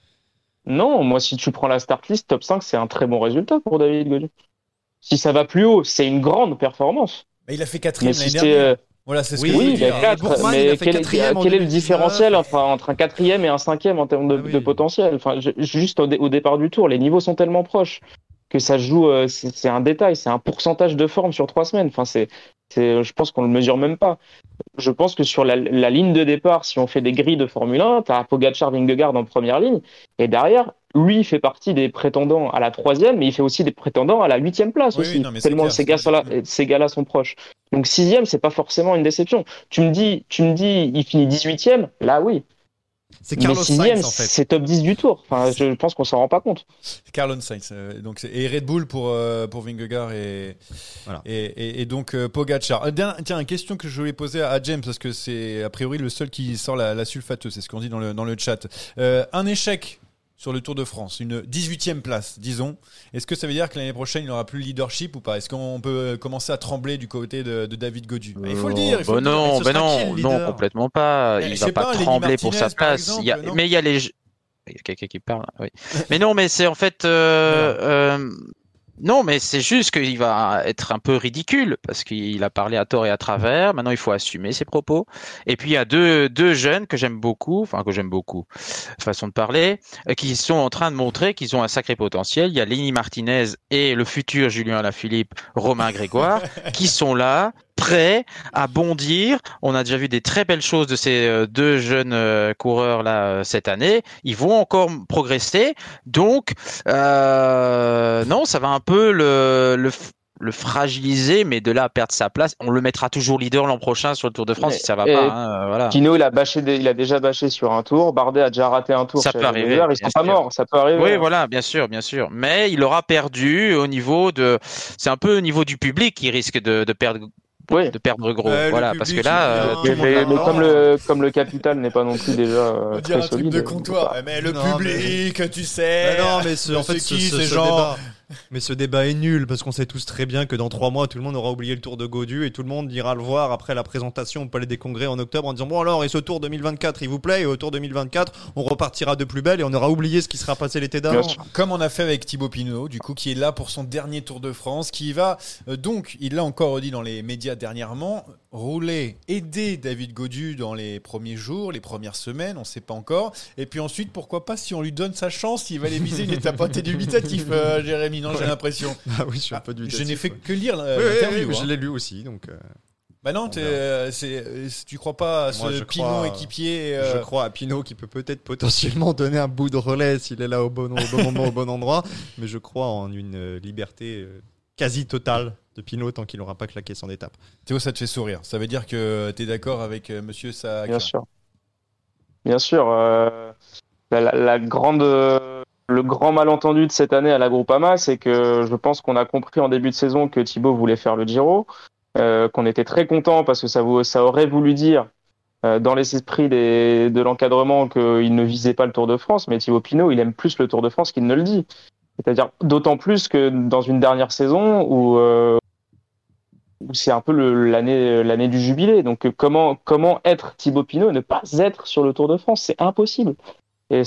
Non, moi, si tu prends la start list, top 5, c'est un très bon résultat pour David Gaudu. Si ça va plus haut, c'est une grande performance. Mais il a fait 4e Mais l'année si dernière. c'est. Voilà, c'est ce Oui, que je veux Oui, dire. mais 4. Bourgman, il Mais a fait quatrième en quel est le 2019. différentiel entre un 4e et un 5e en termes Ah oui. de potentiel? Enfin, juste au départ du tour, les niveaux sont tellement proches que ça se joue, c'est un détail, c'est un pourcentage de forme sur 3 semaines. Enfin, je pense qu'on le mesure même pas. Je pense que sur la ligne de départ, si on fait des grilles de Formule 1, tu as Pogacar, Vingegaard en première ligne, et derrière, lui, il fait partie des prétendants à la 3e, mais il fait aussi des prétendants à la 8e place Oui, aussi, oui, non, mais c'est tellement clair, ces gars-là sont proches. Donc 6e, c'est pas forcément une déception. Tu me dis, il finit 18e, là oui. C'est Mais Carlos 6e, Sainz, en fait. c'est top 10 du tour. Enfin, je pense qu'on s'en rend pas compte. Carlon Sainz. Et Red Bull pour Vingegaard Voilà. et donc Pogacar. Tiens, une question que je voulais poser à James, parce que c'est a priori le seul qui sort la sulfateuse, c'est ce qu'on dit dans le chat. Un échec sur le Tour de France, une 18e place, disons. Est-ce que ça veut dire que l'année prochaine, il n'aura plus le leadership ou pas ? Est-ce qu'on peut commencer à trembler du côté de David Gaudu ? Il faut le dire. Non, Ce sera qui, le non, leader ? complètement pas. Je Il sais va pas pas, Lenny trembler pour Martinez, sa par place. exemple, non Mais il y a les. Il y a quelqu'un qui parle, oui. Mais non, mais c'est en fait. Non, mais c'est juste qu'il va être un peu ridicule parce qu'il a parlé à tort et à travers. Maintenant, il faut assumer ses propos. Et puis, il y a deux jeunes que j'aime beaucoup, façon de parler, qui sont en train de montrer qu'ils ont un sacré potentiel. Il y a Lenny Martinez et le futur Julien Alaphilippe, Romain Grégoire, qui sont là, prêts à bondir. On a déjà vu des très belles choses de ces deux jeunes coureurs là cette année. Ils vont encore progresser. Donc, non, ça va un peu le fragiliser, mais de là à perdre sa place, on le mettra toujours leader l'an prochain sur le Tour de France si ça va pas. Voilà. Pinot, il a déjà bâché sur un tour. Bardet a déjà raté un tour. Ça chez peut arriver, Vingegaard. Ils sont bien pas sûr. morts. Ça peut arriver. Oui, voilà, bien sûr. Mais il aura perdu au niveau c'est un peu au niveau du public qui risque de perdre. Oui. De perdre gros, Le voilà, public, parce que là, il vient. Mais comme le capital n'est pas non plus déjà On dirait très un truc solide. de comptoir. Mais le Non, public, tu sais. Mais non, mais en c'est fait, qui ce ces gens ? débat. Mais ce débat est nul parce qu'on sait tous très bien que dans 3 mois, tout le monde aura oublié le Tour de Gaudu et tout le monde ira le voir après la présentation au Palais des Congrès en octobre en disant bon alors et ce Tour 2024 il vous plaît et au Tour 2024 on repartira de plus belle et on aura oublié ce qui sera passé l'été d'avant. Comme on a fait avec Thibaut Pinot, du coup, qui est là pour son dernier Tour de France, qui va donc, il l'a encore dit dans les médias dernièrement, aider David Gaudu dans les premiers jours, les premières semaines, on ne sait pas encore. Et puis ensuite, pourquoi pas, si on lui donne sa chance, il va aller viser une étape dubitatif, Jérémy, non, j'ai l'impression. Ah oui, je suis un peu dubitatif. Je n'ai fait que lire Oui, l'interview. je l'ai lu aussi, donc. Bah non, tu crois pas à ce Pinot équipier Je crois à Pinot qui peut potentiellement donner un bout de relais s'il est là au bon moment, au bon endroit. Mais je crois en une liberté quasi totale de Pinot tant qu'il n'aura pas claqué son étape. Théo, ça te fait sourire. Ça veut dire que tu es d'accord avec monsieur Saak? Bien sûr. Le grand malentendu de cette année à la Groupama, c'est que je pense qu'on a compris en début de saison que Thibaut voulait faire le Giro, qu'on était très content parce que ça aurait voulu dire dans les esprits de l'encadrement qu'il ne visait pas le Tour de France, mais Thibaut Pinot, il aime plus le Tour de France qu'il ne le dit. C'est-à-dire d'autant plus que dans une dernière saison où où c'est un peu l'année du jubilé. Donc comment être Thibaut Pinot et ne pas être sur le Tour de France? C'est impossible. Et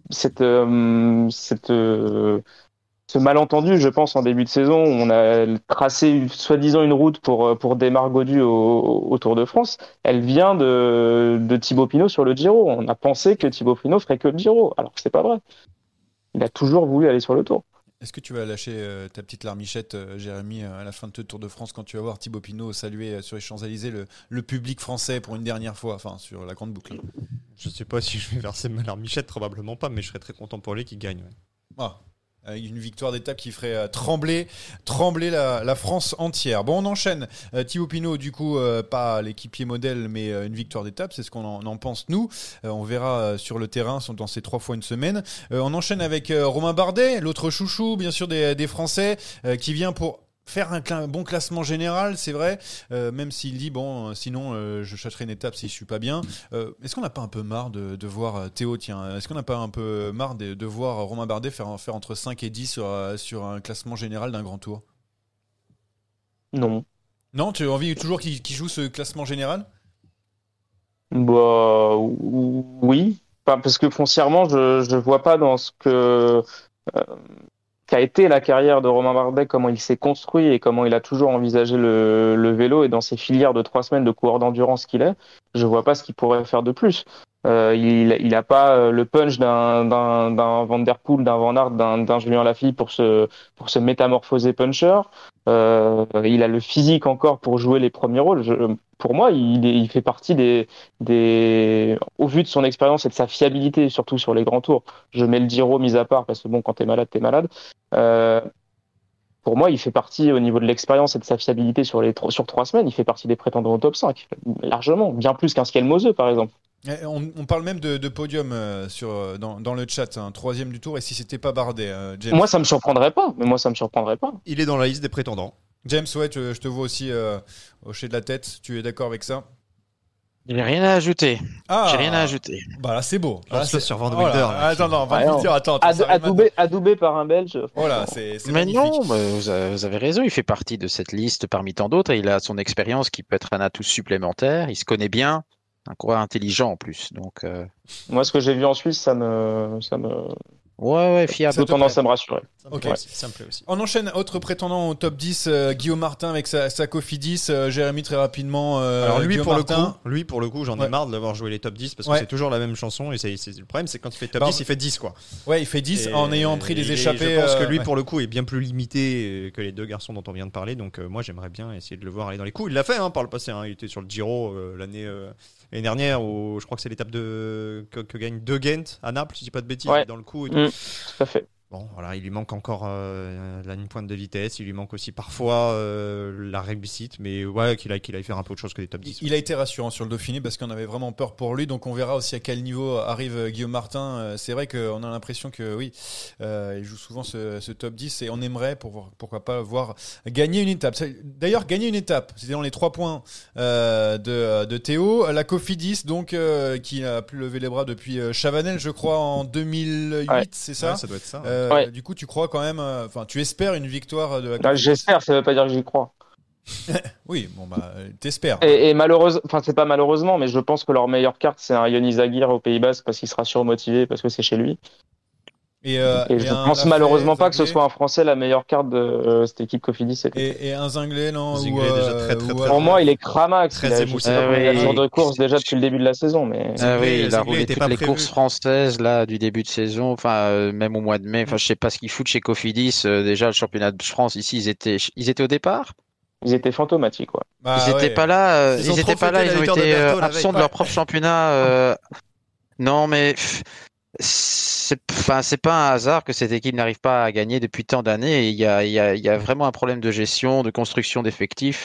ce malentendu, je pense, en début de saison, où on a tracé soi-disant une route pour Démar Gaudu au Tour de France, elle vient de Thibaut Pinot sur le Giro. On a pensé que Thibaut Pinot ferait que le Giro, alors que c'est pas vrai. Il a toujours voulu aller sur le Tour. Est-ce que tu vas lâcher ta petite larmichette, Jérémy, à la fin de ce Tour de France, quand tu vas voir Thibaut Pinot saluer sur les Champs-Élysées le public français pour une dernière fois, enfin sur la grande boucle? Je sais pas si je vais verser ma larmichette, probablement pas, mais je serais très content pour lui qu'il gagne. Ouais. Ah, avec une victoire d'étape qui ferait trembler la France entière. Bon, on enchaîne. Thibaut Pinot, du coup, pas l'équipier modèle, mais une victoire d'étape. C'est ce qu'on en pense, nous. On verra sur le terrain dans ces 3 fois une semaine. On enchaîne avec Romain Bardet, l'autre chouchou, bien sûr, des Français, qui vient pour faire un bon classement général, c'est vrai, même s'il dit, bon, sinon, je chasserai une étape si je suis pas bien. Est-ce qu'on n'a pas un peu marre de voir Théo, tiens, est-ce qu'on n'a pas un peu marre de voir Romain Bardet faire entre 5 et 10 sur un classement général d'un grand tour? Non. Non, tu as envie toujours qu'il joue ce classement général? Bah, oui. Enfin, parce que foncièrement, je vois pas dans ce qu'a été la carrière de Romain Bardet, comment il s'est construit et comment il a toujours envisagé le vélo, et dans ces filières de 3 semaines de coureur d'endurance qu'il est, je vois pas ce qu'il pourrait faire de plus. Il a pas le punch d'un Van Der Poel, d'un Van Aert, d'un Julien Lafille pour se métamorphoser puncher. Il a le physique encore pour jouer les premiers rôles. Pour moi, il fait partie au vu de son expérience et de sa fiabilité, surtout sur les grands tours. Je mets le Giro mis à part, parce que bon, quand t'es malade, t'es malade. Pour moi, il fait partie, au niveau de l'expérience et de sa fiabilité sur 3 semaines, il fait partie des prétendants au top 5, largement, bien plus qu'un Skelmose, par exemple. On parle même de podium dans le chat, un 3e du tour, et si c'était pas Bardet, James? Moi, ça me surprendrait pas, Il est dans la liste des prétendants. James, ouais, je te vois aussi hocher de la tête, tu es d'accord avec ça? Il n'y a rien à ajouter. Ah, j'ai rien à ajouter. Bah là, c'est beau. Là, c'est sur Van de Wilder. Attends, Van de Wilder, attends. Adoubé par un Belge. Voilà, c'est mais magnifique. non, vous avez raison, il fait partie de cette liste parmi tant d'autres, et il a son expérience qui peut être un atout supplémentaire, il se connaît bien, un coureur intelligent en plus. Donc, moi, ce que j'ai vu en Suisse, ça me... Ouais, fiable. J'ai tendance à me rassurer. Ok. Ça me plaît aussi. On enchaîne, autre prétendant au top 10, Guillaume Martin avec sa Cofidis. Jérémy, très rapidement. Alors lui pour le coup, j'en ai marre de l'avoir joué les top 10 parce que c'est toujours la même chanson, et le problème, c'est que quand il fait top 10, il fait 10 quoi. Ouais, il fait 10 en ayant pris des échappées. Je pense que lui pour le coup est bien plus limité que les deux garçons dont on vient de parler, donc moi j'aimerais bien essayer de le voir aller dans les coups. Il l'a fait par le passé, il était sur le Giro l'année dernière, où je crois que c'est l'étape que gagne De Gent à Naples, si je dis pas de bêtises, dans le coup et tout. Tout à fait. Bon, voilà, il lui manque encore une pointe de vitesse, il lui manque aussi parfois la réussite, mais ouais, qu'il aille faire un peu autre chose que des top 10. Il a été rassurant sur le Dauphiné parce qu'on avait vraiment peur pour lui, donc on verra aussi à quel niveau arrive Guillaume Martin. C'est vrai qu'on a l'impression que oui, il joue souvent ce top 10, et on aimerait, pourquoi pas, voir gagner une étape. D'ailleurs, gagner une étape, c'était dans les 3 points de Théo. La Cofidis, donc, qui n'a plus levé les bras depuis Chavanel, je crois, en 2008, c'est ça? Ouais, ça doit être ça. Du coup, tu crois quand même, tu espères une victoire de la Cofidis? J'espère, ça veut pas dire que j'y crois. Oui, bon t'espères. Et malheureusement, c'est pas malheureusement, mais je pense que leur meilleure carte, c'est un Yoni Zagir au Pays Basque, parce qu'il sera surmotivé, parce que c'est chez lui. Et je pense malheureusement pas que ce soit un Français la meilleure carte de cette équipe Cofidis. Et un Zinglé, non? Zinglé est déjà très pour moi, il est cramax. Très je sais pas combien de jours de course déjà depuis le début de la saison. Mais... il a roulé toutes les courses françaises là, du début de saison, même au mois de mai. Je sais pas ce qu'ils foutent chez Cofidis. Déjà, le championnat de France, ici, ils étaient au départ. Ils étaient fantomatiques, ouais. Ils étaient pas là. Ils ont été absents de leur propre championnat. Non, mais... C'est pas un hasard que cette équipe n'arrive pas à gagner depuis tant d'années. Il y a vraiment un problème de gestion, de construction d'effectifs.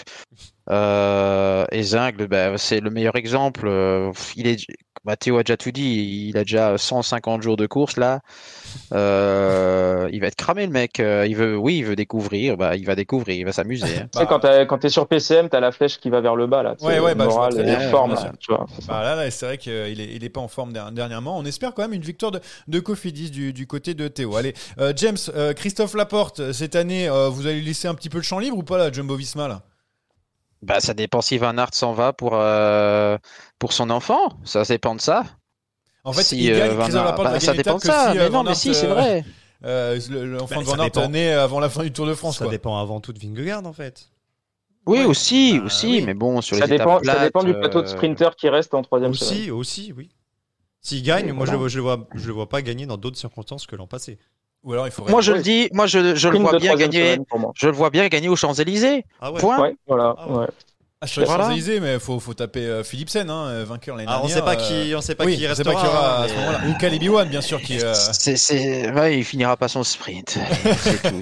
Et Zingle, c'est le meilleur exemple. Théo a déjà tout dit. Il a déjà 150 jours de course là. Il va être cramé le mec. Il veut découvrir. Il va découvrir. Il va s'amuser. Tu sais, quand t'es sur PCM, t'as la flèche qui va vers le bas là. Le moral et forme. Tu vois. Là, c'est vrai qu'il est pas en forme dernièrement. On espère quand même une victoire de Cofidis du côté de Théo. Allez, James, Christophe Laporte, cette année, vous allez laisser un petit peu le champ libre ou pas là, Jumbo-Visma là? Bah, ça dépend si Van Aert s'en va pour son enfant. Ça dépend de ça. En fait, Si, il gagne, Van Christophe Aert- Laporte va ça gagner dépend l'étape de ça. que si Mais Van non, mais Aert, si, c'est vrai. l'enfant de Ça Van Aert dépend. naît avant la fin du Tour de France. Ça Quoi. dépend avant tout de Vingegaard en fait. Oui, Ouais. aussi, Bah, aussi. oui. Mais bon, sur Ça les étapes dépend, plates, ça dépend du plateau de sprinter qui reste en troisième semaine. Aussi, oui. S'il gagne, Oui, moi voilà. je le vois pas gagner dans d'autres circonstances que l'an passé. Ou alors il faut. Moi, je Ouais. le dis, moi, je le Sprint vois de bien troisième gagner. semaine pour moi. Je le vois bien gagner aux Champs-Élysées. Ah ouais. Point. Ouais, voilà. Ah ouais. Ouais. Sur les Voilà. Champs-Élysées, mais faut taper Philipsen, vainqueur l'année Ah, dernière. on sait pas qui on restera. sait pas qui y aura à ce mais- moment-là. Ou Caleb Ewan, bien sûr, qui. Ouais, il finira pas son sprint. C'est tout.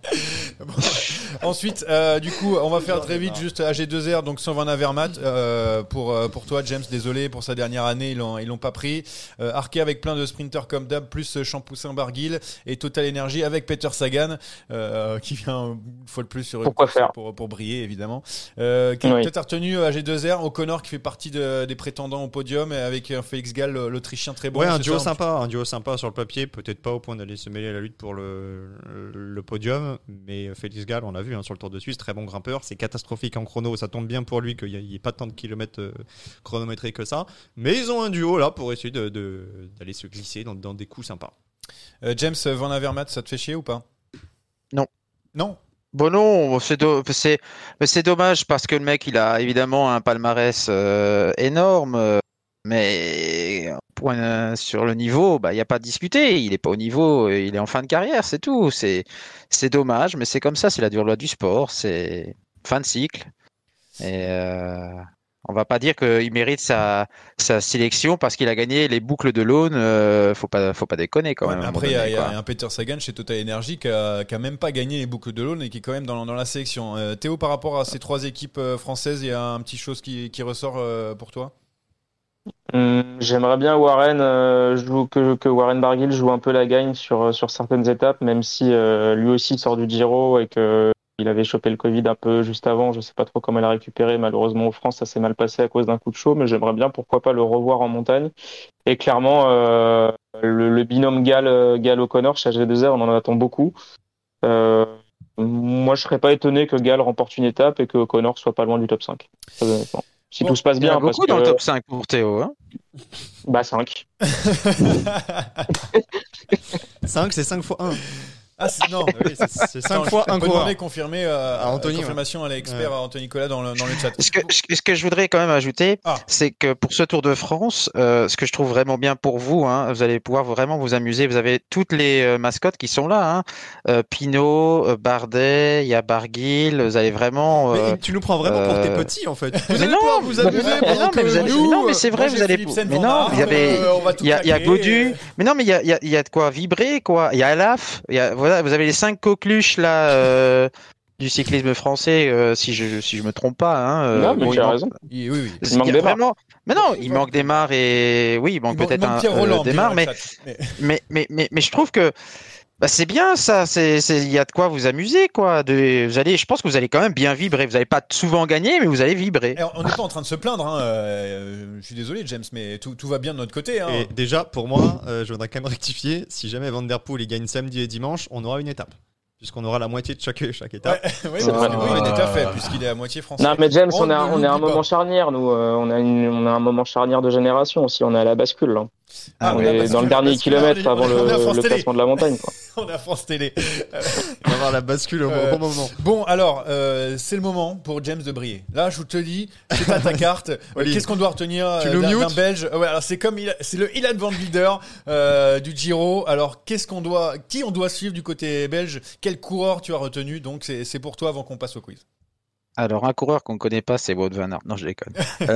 Ensuite, du coup, on va faire très vite juste AG2R, donc sans Van Avermaet. Pour toi, James, désolé pour sa dernière année, ils l'ont pas pris. Arqué avec plein de sprinters comme d'hab, plus Champoussin Barguil et Total Energy avec Peter Sagan, qui vient une fois de plus sur une Pourquoi course faire pour briller, évidemment. Oui. Peut-être retenu AG2R, O'Connor qui fait partie des prétendants au podium, et avec Félix Gall, l'Autrichien très bon. Ouais, un c'est duo ça sympa sur le papier, peut-être pas au point d'aller se mêler à la lutte pour le podium, mais Félix Gall, on l'a vu sur le Tour de Suisse, très bon grimpeur, c'est catastrophique en chrono, ça tombe bien pour lui qu'il n'y ait pas tant de kilomètres chronométrés que ça, mais ils ont un duo là pour essayer d'aller se glisser dans des coups sympas. James, Van Avermaet, ça te fait chier ou pas? Non. Non. Bon non, c'est dommage parce que le mec, il a évidemment un palmarès énorme, mais point sur le niveau, bah il y a pas à discuter. Il est pas au niveau, il est en fin de carrière, c'est tout. C'est dommage, mais c'est comme ça, c'est la dure loi du sport, c'est fin de cycle. Et on va pas dire qu'il mérite sa sélection parce qu'il a gagné les boucles de l'Aune. Faut pas déconner quand Ouais, même. mais à un après, il moment y, donné, a quoi. un Peter Sagan chez Total Energy qui a même pas gagné les boucles de l'Aune et qui est quand même dans la sélection. Théo, par rapport à ces trois équipes françaises, il y a un petit chose qui ressort pour toi? J'aimerais bien que Warren Barguil joue un peu la gagne sur certaines étapes, même si lui aussi sort du Giro et que il avait chopé le Covid un peu juste avant. Je sais pas trop comment il a récupéré. Malheureusement, en France, ça s'est mal passé à cause d'un coup de chaud, mais j'aimerais bien, pourquoi pas, le revoir en montagne. Et clairement, le binôme Gall-O'Connor chez AG2R, on en attend beaucoup. Moi, je serais pas étonné que Gall remporte une étape et que O'Connor soit pas loin du top 5. Très honnêtement. Si Bon, tout se passe Il y en bien, a parce beaucoup dans le que top 5 pour Théo. Hein. bah 5. 5, c'est 5 fois 1. Ah, non. Oui, c'est 5 Attends, fois je un peux coureur. demander confirmer Anthony, confirmation à l'expert, Ouais. à Anthony Nicolas dans le chat. Ce que je voudrais quand même ajouter, Ah. c'est que pour ce Tour de France, ce que je trouve vraiment bien pour vous, vous allez pouvoir vraiment vous amuser. Vous avez toutes les mascottes qui sont là. Pinot, Bardet, il y a Barguil. Vous allez vraiment. Mais tu nous prends vraiment pour tes petits en fait. Vous Mais allez non, pouvoir vous amuser mais pendant non, mais que vous allez- nous, non, mais c'est vrai, moi, vous j'ai allez. Philipsen, Mais Van non, Aert, il y avait. on va tout Il y a claquer. Gaudu, mais non, mais il y a de quoi vibrer, quoi. Il y a Alaf, voilà, vous avez les 5 coqueluches là du cyclisme français, si je me trompe pas. Non, mais Bon, tu il as manque- raison. Oui, oui. Il manque y a des marques. vraiment. Mais non, il manque des marques et oui, il manque peut-être un Pierre Roland, des dis-le marques, dans le mais chat. mais je trouve que bah, c'est bien ça. Il y a de quoi vous amuser, quoi. Je pense que vous allez quand même bien vibrer. Vous n'allez pas souvent gagner, mais vous allez vibrer. Et on n'est pas en train de se plaindre, je suis désolé James, mais tout va bien de notre côté. Et déjà, pour moi, je voudrais quand même rectifier, si jamais Van Der Poel il gagne samedi et dimanche, on aura une étape. Puisqu'on aura la moitié de chaque étape. Oui, C'est vrai. tout à fait, puisqu'il est à moitié français. Non, mais James, On on est à ne un l'oublie moment pas. charnière, nous. On a un moment charnière de génération aussi. On est à la bascule, là. Ah, On oui, la est bascule, dans le la dernier bascule, kilomètre on avant est à France le Télé. classement de la montagne, quoi. On est à France Télé. On va avoir la bascule au bon moment. Bon, alors, c'est le moment pour James de briller. Là, je te dis, c'est à ta carte. Oli, Qu'est-ce qu'on doit retenir tu nous d'un mutes Belge? Ouais, alors c'est le Ilan van Wilder du Giro. Alors, qui on doit suivre du côté belge? Quel coureur tu as retenu? Donc, c'est pour toi avant qu'on passe au quiz. Alors, un coureur qu'on ne connaît pas, c'est Wout van Aert. Non, je déconne.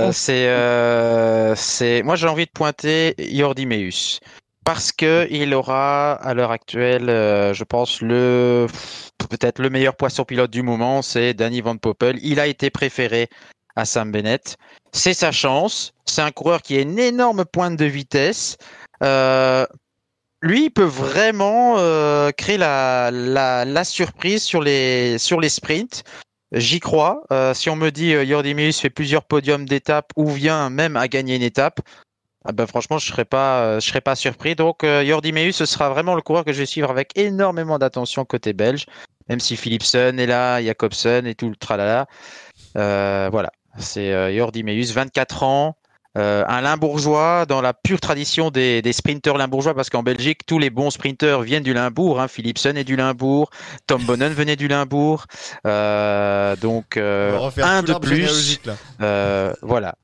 Moi, j'ai envie de pointer Jordi Meus. Parce que il aura, à l'heure actuelle, je pense, peut-être le meilleur poisson pilote du moment, c'est Danny Van Poppel. Il a été préféré à Sam Bennett. C'est sa chance. C'est un coureur qui a une énorme pointe de vitesse. Lui, il peut vraiment créer la surprise sur les sprints. J'y crois. Si on me dit Jordi Meus fait plusieurs podiums d'étapes ou vient même à gagner une étape, franchement, je serais pas surpris. Donc, Jordi Meus, ce sera vraiment le coureur que je vais suivre avec énormément d'attention côté belge. Même si Philipsen est là, Jacobsen et tout le tralala. Voilà, c'est Jordi Meeus, 24 ans. Un Limbourgeois dans la pure tradition des sprinteurs limbourgeois, parce qu'en Belgique, tous les bons sprinteurs viennent du Limbourg. Philipsen est du Limbourg, Tom Bonnen venait du Limbourg. Donc, un de plus. Voilà.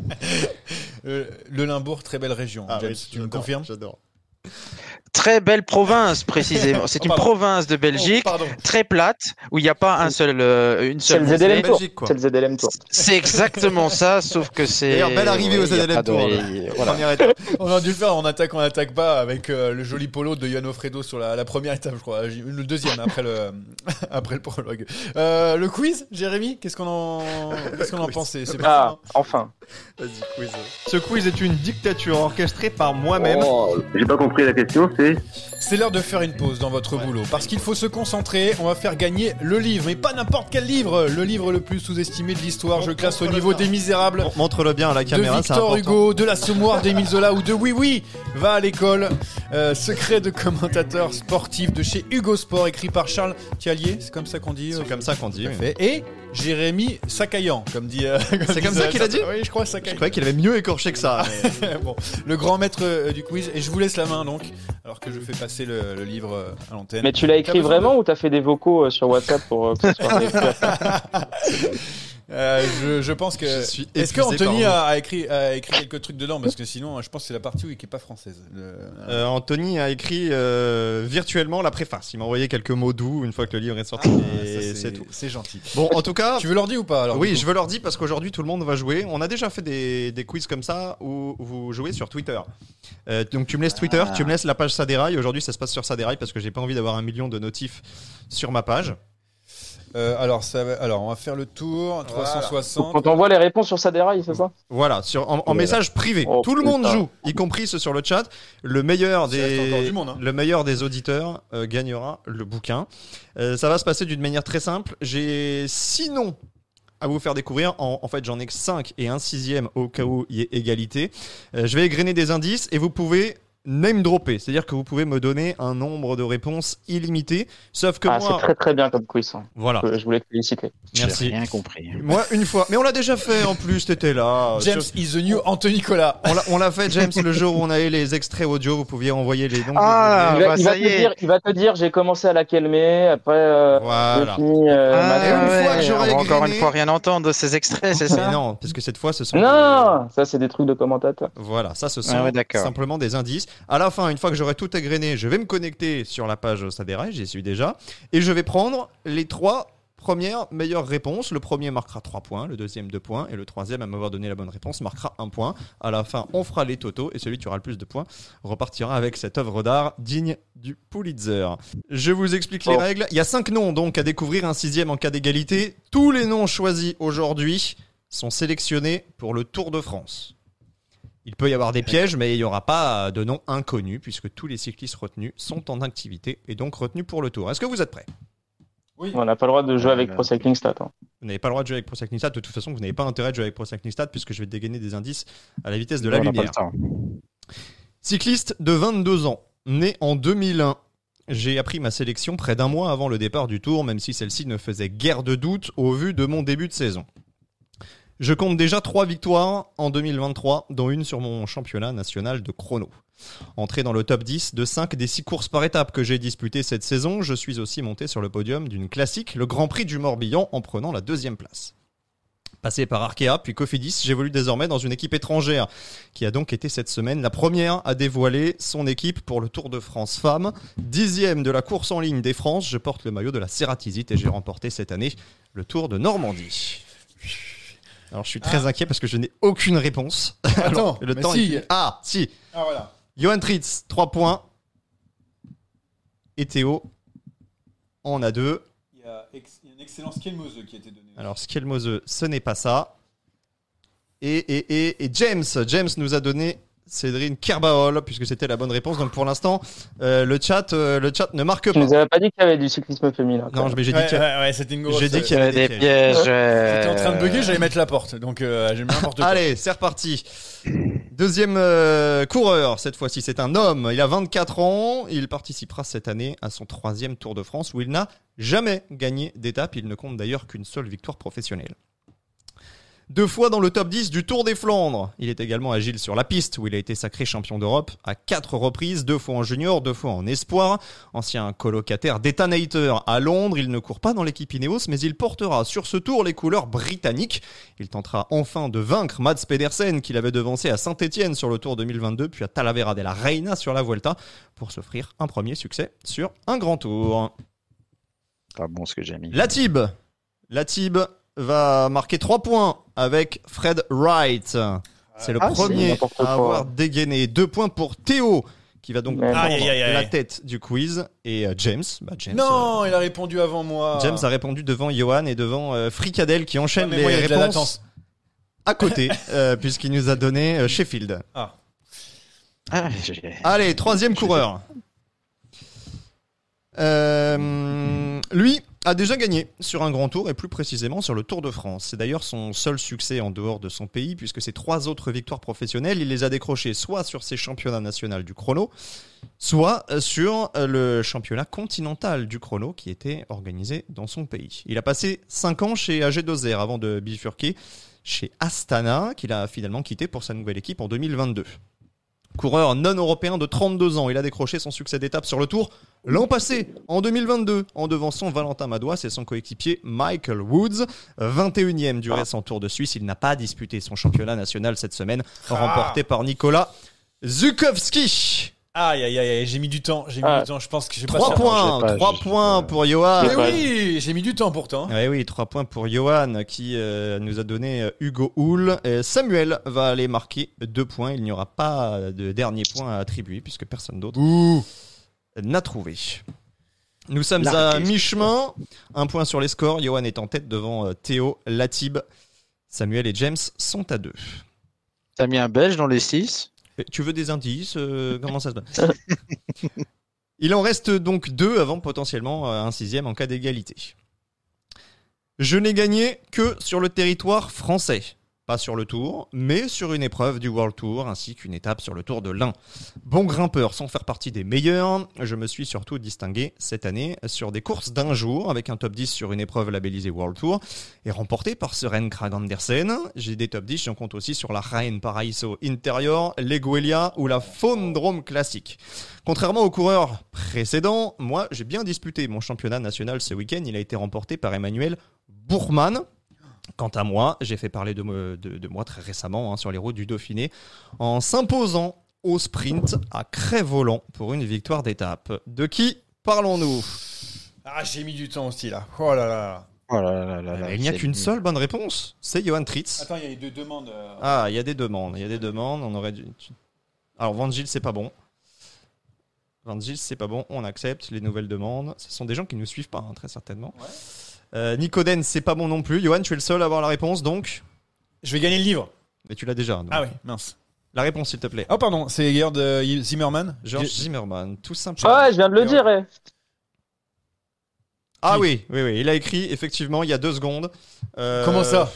Le Limbourg, très belle région. James, oui, tu me confirmes ? J'adore. Très belle province, précisément. C'est une province de Belgique, très plate, où il n'y a pas une seule C'est le ZLM Tour. C'est le ZLM Tour. C'est exactement ça, sauf que c'est. D'ailleurs, belle arrivée au ZLM Tour. Première étape. On a dû le faire en attaque, on attaque pas avec le joli polo de Yann Ofredo sur la première étape, je crois. Le deuxième après le prologue. Le quiz, Jérémy, qu'est-ce qu'on en pensait ? C'est pas enfin. Vas-y, quiz. Ce quiz est une dictature orchestrée par moi-même. J'ai pas compris la question, C'est l'heure de faire une pause dans votre boulot, parce qu'il faut se concentrer, on va faire gagner le livre, mais pas n'importe quel livre, le livre le plus sous-estimé de l'histoire, je le classe au niveau des Misérables. Montre-le bien à la caméra, c'est important. De Victor Hugo, de l'Assommoir d'Émile Zola ou de Oui Oui, va à l'école. Secret de commentateur sportif de chez Hugo Sport, écrit par Charles Thiallier, c'est comme ça qu'on dit. C'est comme ça qu'on dit. Oui. Et Jérémy Sakayan, comme dit. C'est comme ça qu'il a dit ? Oui, je crois Sakayan. Je croyais qu'il avait mieux écorché que ça. Bon, le grand maître du quiz, et je vous laisse la main donc, alors que je fais passer le livre à l'antenne. Mais tu l'as écrit vraiment ou t'as fait des vocaux sur WhatsApp pour que ce soit je pense que. Est-ce qu'Anthony a écrit quelques trucs dedans ? Parce que sinon, je pense que c'est la partie qui est pas française. Anthony a écrit virtuellement la préface. Il m'a envoyé quelques mots doux une fois que le livre est sorti. C'est tout. C'est gentil. Bon, en tout cas. Tu veux l'ordi ou pas alors ? Oui, je veux l'ordi parce qu'aujourd'hui tout le monde va jouer. On a déjà fait des quiz comme ça où vous jouez sur Twitter. Donc tu me laisses Twitter, tu me laisses la page Saderail. Aujourd'hui, ça se passe sur Saderail parce que j'ai pas envie d'avoir 1 million de notifs sur ma page. Alors, on va faire le tour. 360. Quand on voit les réponses sur Saderail, c'est ça ? Voilà, en message privé. Tout le monde joue, y compris ceux sur le chat. Le meilleur des auditeurs gagnera le bouquin. Ça va se passer d'une manière très simple. J'ai 6 noms à vous faire découvrir. En fait, j'en ai que 5 et un 6e au cas où il y ait égalité. Je vais égrener des indices et vous pouvez name dropper, c'est-à-dire que vous pouvez me donner un nombre de réponses illimité, sauf que moi... c'est très très bien comme quiz. Voilà. Je voulais te féliciter. Merci. J'ai rien compris. Moi, une fois. Mais on l'a déjà fait en plus, t'étais là. James is the new Anthony Nicolas. On l'a fait, James, le jour où on avait les extraits audio, vous pouviez envoyer les noms. Il va te dire, j'ai commencé à la calmer, après voilà. j'ai fini... on va encore une fois rien entendre de ces extraits, c'est ça ? Mais non, parce que cette fois, ce sont... Non, ça c'est des trucs de commentateurs. Voilà, ça ce sont simplement des indices. À la fin, une fois que j'aurai tout égrené, je vais me connecter sur la page Saderail, j'y suis déjà, et je vais prendre les 3 premières meilleures réponses. Le premier marquera 3 points, le deuxième 2 points, et le troisième, à m'avoir donné la bonne réponse, marquera 1 point. À la fin, on fera les totaux, et celui qui aura le plus de points repartira avec cette œuvre d'art digne du Pulitzer. Je vous explique les règles. Il y a 5 noms donc à découvrir, un 6e en cas d'égalité. Tous les noms choisis aujourd'hui sont sélectionnés pour le Tour de France. Il peut y avoir des pièges, mais il n'y aura pas de noms inconnus, puisque tous les cyclistes retenus sont en activité et donc retenus pour le Tour. Est-ce que vous êtes prêts ? Oui. On n'a pas le droit de jouer avec Pro Cycling Stat. Vous n'avez pas le droit de jouer avec Pro Cycling Stat. De toute façon, vous n'avez pas intérêt de jouer avec Pro Cycling Stat, puisque je vais dégainer des indices à la vitesse de la lumière. Cycliste de 22 ans, né en 2001. J'ai appris ma sélection près d'un mois avant le départ du Tour, même si celle-ci ne faisait guère de doute au vu de mon début de saison. Je compte déjà 3 victoires en 2023, dont une sur mon championnat national de chrono. Entré dans le top 10 de 5 des 6 courses par étape que j'ai disputées cette saison, je suis aussi monté sur le podium d'une classique, le Grand Prix du Morbihan, en prenant la 2e place. Passé par Arkea puis Cofidis, j'évolue désormais dans une équipe étrangère, qui a donc été cette semaine la première à dévoiler son équipe pour le Tour de France Femmes. 10e de la course en ligne des France, je porte le maillot de la Ceratizit et j'ai remporté cette année le Tour de Normandie. Alors je suis très inquiet parce que je n'ai aucune réponse. Attends, le temps si. Si. Ah voilà. Johan Tritz, 3 points. Et Théo en a 2. Il y a un excellent Skelmose qui a été donné. Alors Skelmose, ce n'est pas ça. Et James nous a donné Cédrine Kerbaol, puisque c'était la bonne réponse. Donc pour l'instant, le chat ne marque pas. Tu nous avais pas dit qu'il y avait du cyclisme féminin. Non, mais j'ai dit qu'il y avait, c'était une grosse... j'ai dit qu'il y avait des pièges. J'étais en train de bugger, j'allais mettre la porte. Donc j'ai mis n'importe quoi. Allez, c'est reparti. Deuxième coureur, cette fois-ci, c'est un homme. Il a 24 ans. Il participera cette année à son 3e Tour de France où il n'a jamais gagné d'étape. Il ne compte d'ailleurs qu'une seule victoire professionnelle. 2 fois dans le top 10 du Tour des Flandres. Il est également agile sur la piste où il a été sacré champion d'Europe à 4 reprises, 2 fois en junior, 2 fois en espoir. Ancien colocataire d'Etanator à Londres, il ne court pas dans l'équipe Ineos mais il portera sur ce tour les couleurs britanniques. Il tentera enfin de vaincre Mads Pedersen qu'il avait devancé à Saint-Etienne sur le Tour 2022 puis à Talavera de la Reina sur la Vuelta pour s'offrir un premier succès sur un grand tour. Pas bon ce que j'ai mis. Latib va marquer 3 points avec Fred Wright. C'est le premier à avoir dégainé. 2 points pour Théo, qui va donc prendre la tête du quiz. Et James. Non, il a répondu avant moi. James a répondu devant Johan et devant Fricadel qui enchaîne les réponses à côté, puisqu'il nous a donné Sheffield. Allez, 3e coureur. Lui a déjà gagné sur un grand tour et plus précisément sur le Tour de France. C'est d'ailleurs son seul succès en dehors de son pays puisque ses 3 autres victoires professionnelles, il les a décrochées soit sur ses championnats nationaux du chrono, soit sur le championnat continental du chrono qui était organisé dans son pays. Il a passé 5 ans chez AG2R avant de bifurquer chez Astana qu'il a finalement quitté pour sa nouvelle équipe en 2022. Coureur non européen de 32 ans, il a décroché son succès d'étape sur le Tour l'an passé, en 2022, en devançant Valentin Madouas et son coéquipier Michael Woods. 21e du récent Tour de Suisse, il n'a pas disputé son championnat national cette semaine, remporté par Nicolas Zukowski. Aïe, j'ai mis du temps, je pense que j'ai pas 3 points pour Johan. Mais oui, j'ai mis du temps pourtant. Oui, 3 points pour Johan qui nous a donné Hugo Hull. Samuel va aller marquer 2 points. Il n'y aura pas de dernier point à attribuer puisque personne d'autre n'a trouvé. Nous sommes à mi-chemin. 1 point sur les scores. Johan est en tête devant Théo, Latib. Samuel et James sont à 2. T'as mis un Belge dans les 6 ? Tu veux des indices comment ça se passe? Il en reste donc 2 avant potentiellement un 6e en cas d'égalité. Je n'ai gagné que sur le territoire français. Pas sur le Tour, mais sur une épreuve du World Tour, ainsi qu'une étape sur le Tour de l'Ain. Bon grimpeur sans faire partie des meilleurs, je me suis surtout distingué cette année sur des courses d'un jour, avec un top 10 sur une épreuve labellisée World Tour, et remporté par Søren Kragh Andersen. J'ai des top 10, j'en compte aussi sur la Jaén Paraíso Interior, l'Eguelia ou la Fondrome Classique. Contrairement aux coureurs précédents, moi j'ai bien disputé mon championnat national ce week-end, il a été remporté par Emmanuel Bourgman. Quant à moi, j'ai fait parler de moi très récemment sur les routes du Dauphiné en s'imposant au sprint à Crest-Voland pour une victoire d'étape. De qui parlons-nous ? J'ai mis du temps aussi là. Oh là là. Il n'y a qu'une seule bonne réponse, c'est Johan Tritz. Attends, il y a 2 demandes. Il y a des demandes. On aurait dû... Alors Van Gils, c'est pas bon. On accepte les nouvelles demandes. Ce sont des gens qui ne nous suivent pas, très certainement. Ouais. Nicoden, c'est pas bon non plus. Johan, tu es le seul à avoir la réponse, donc je vais gagner le livre. Mais tu l'as déjà. Donc. Ah oui, mince. La réponse, s'il te plaît. Oh pardon, c'est Gerd Zimmerman. George Zimmerman, tout simplement. Ouais, je viens de le dire. Ah oui, il a écrit, effectivement, il y a 2 secondes. Comment ça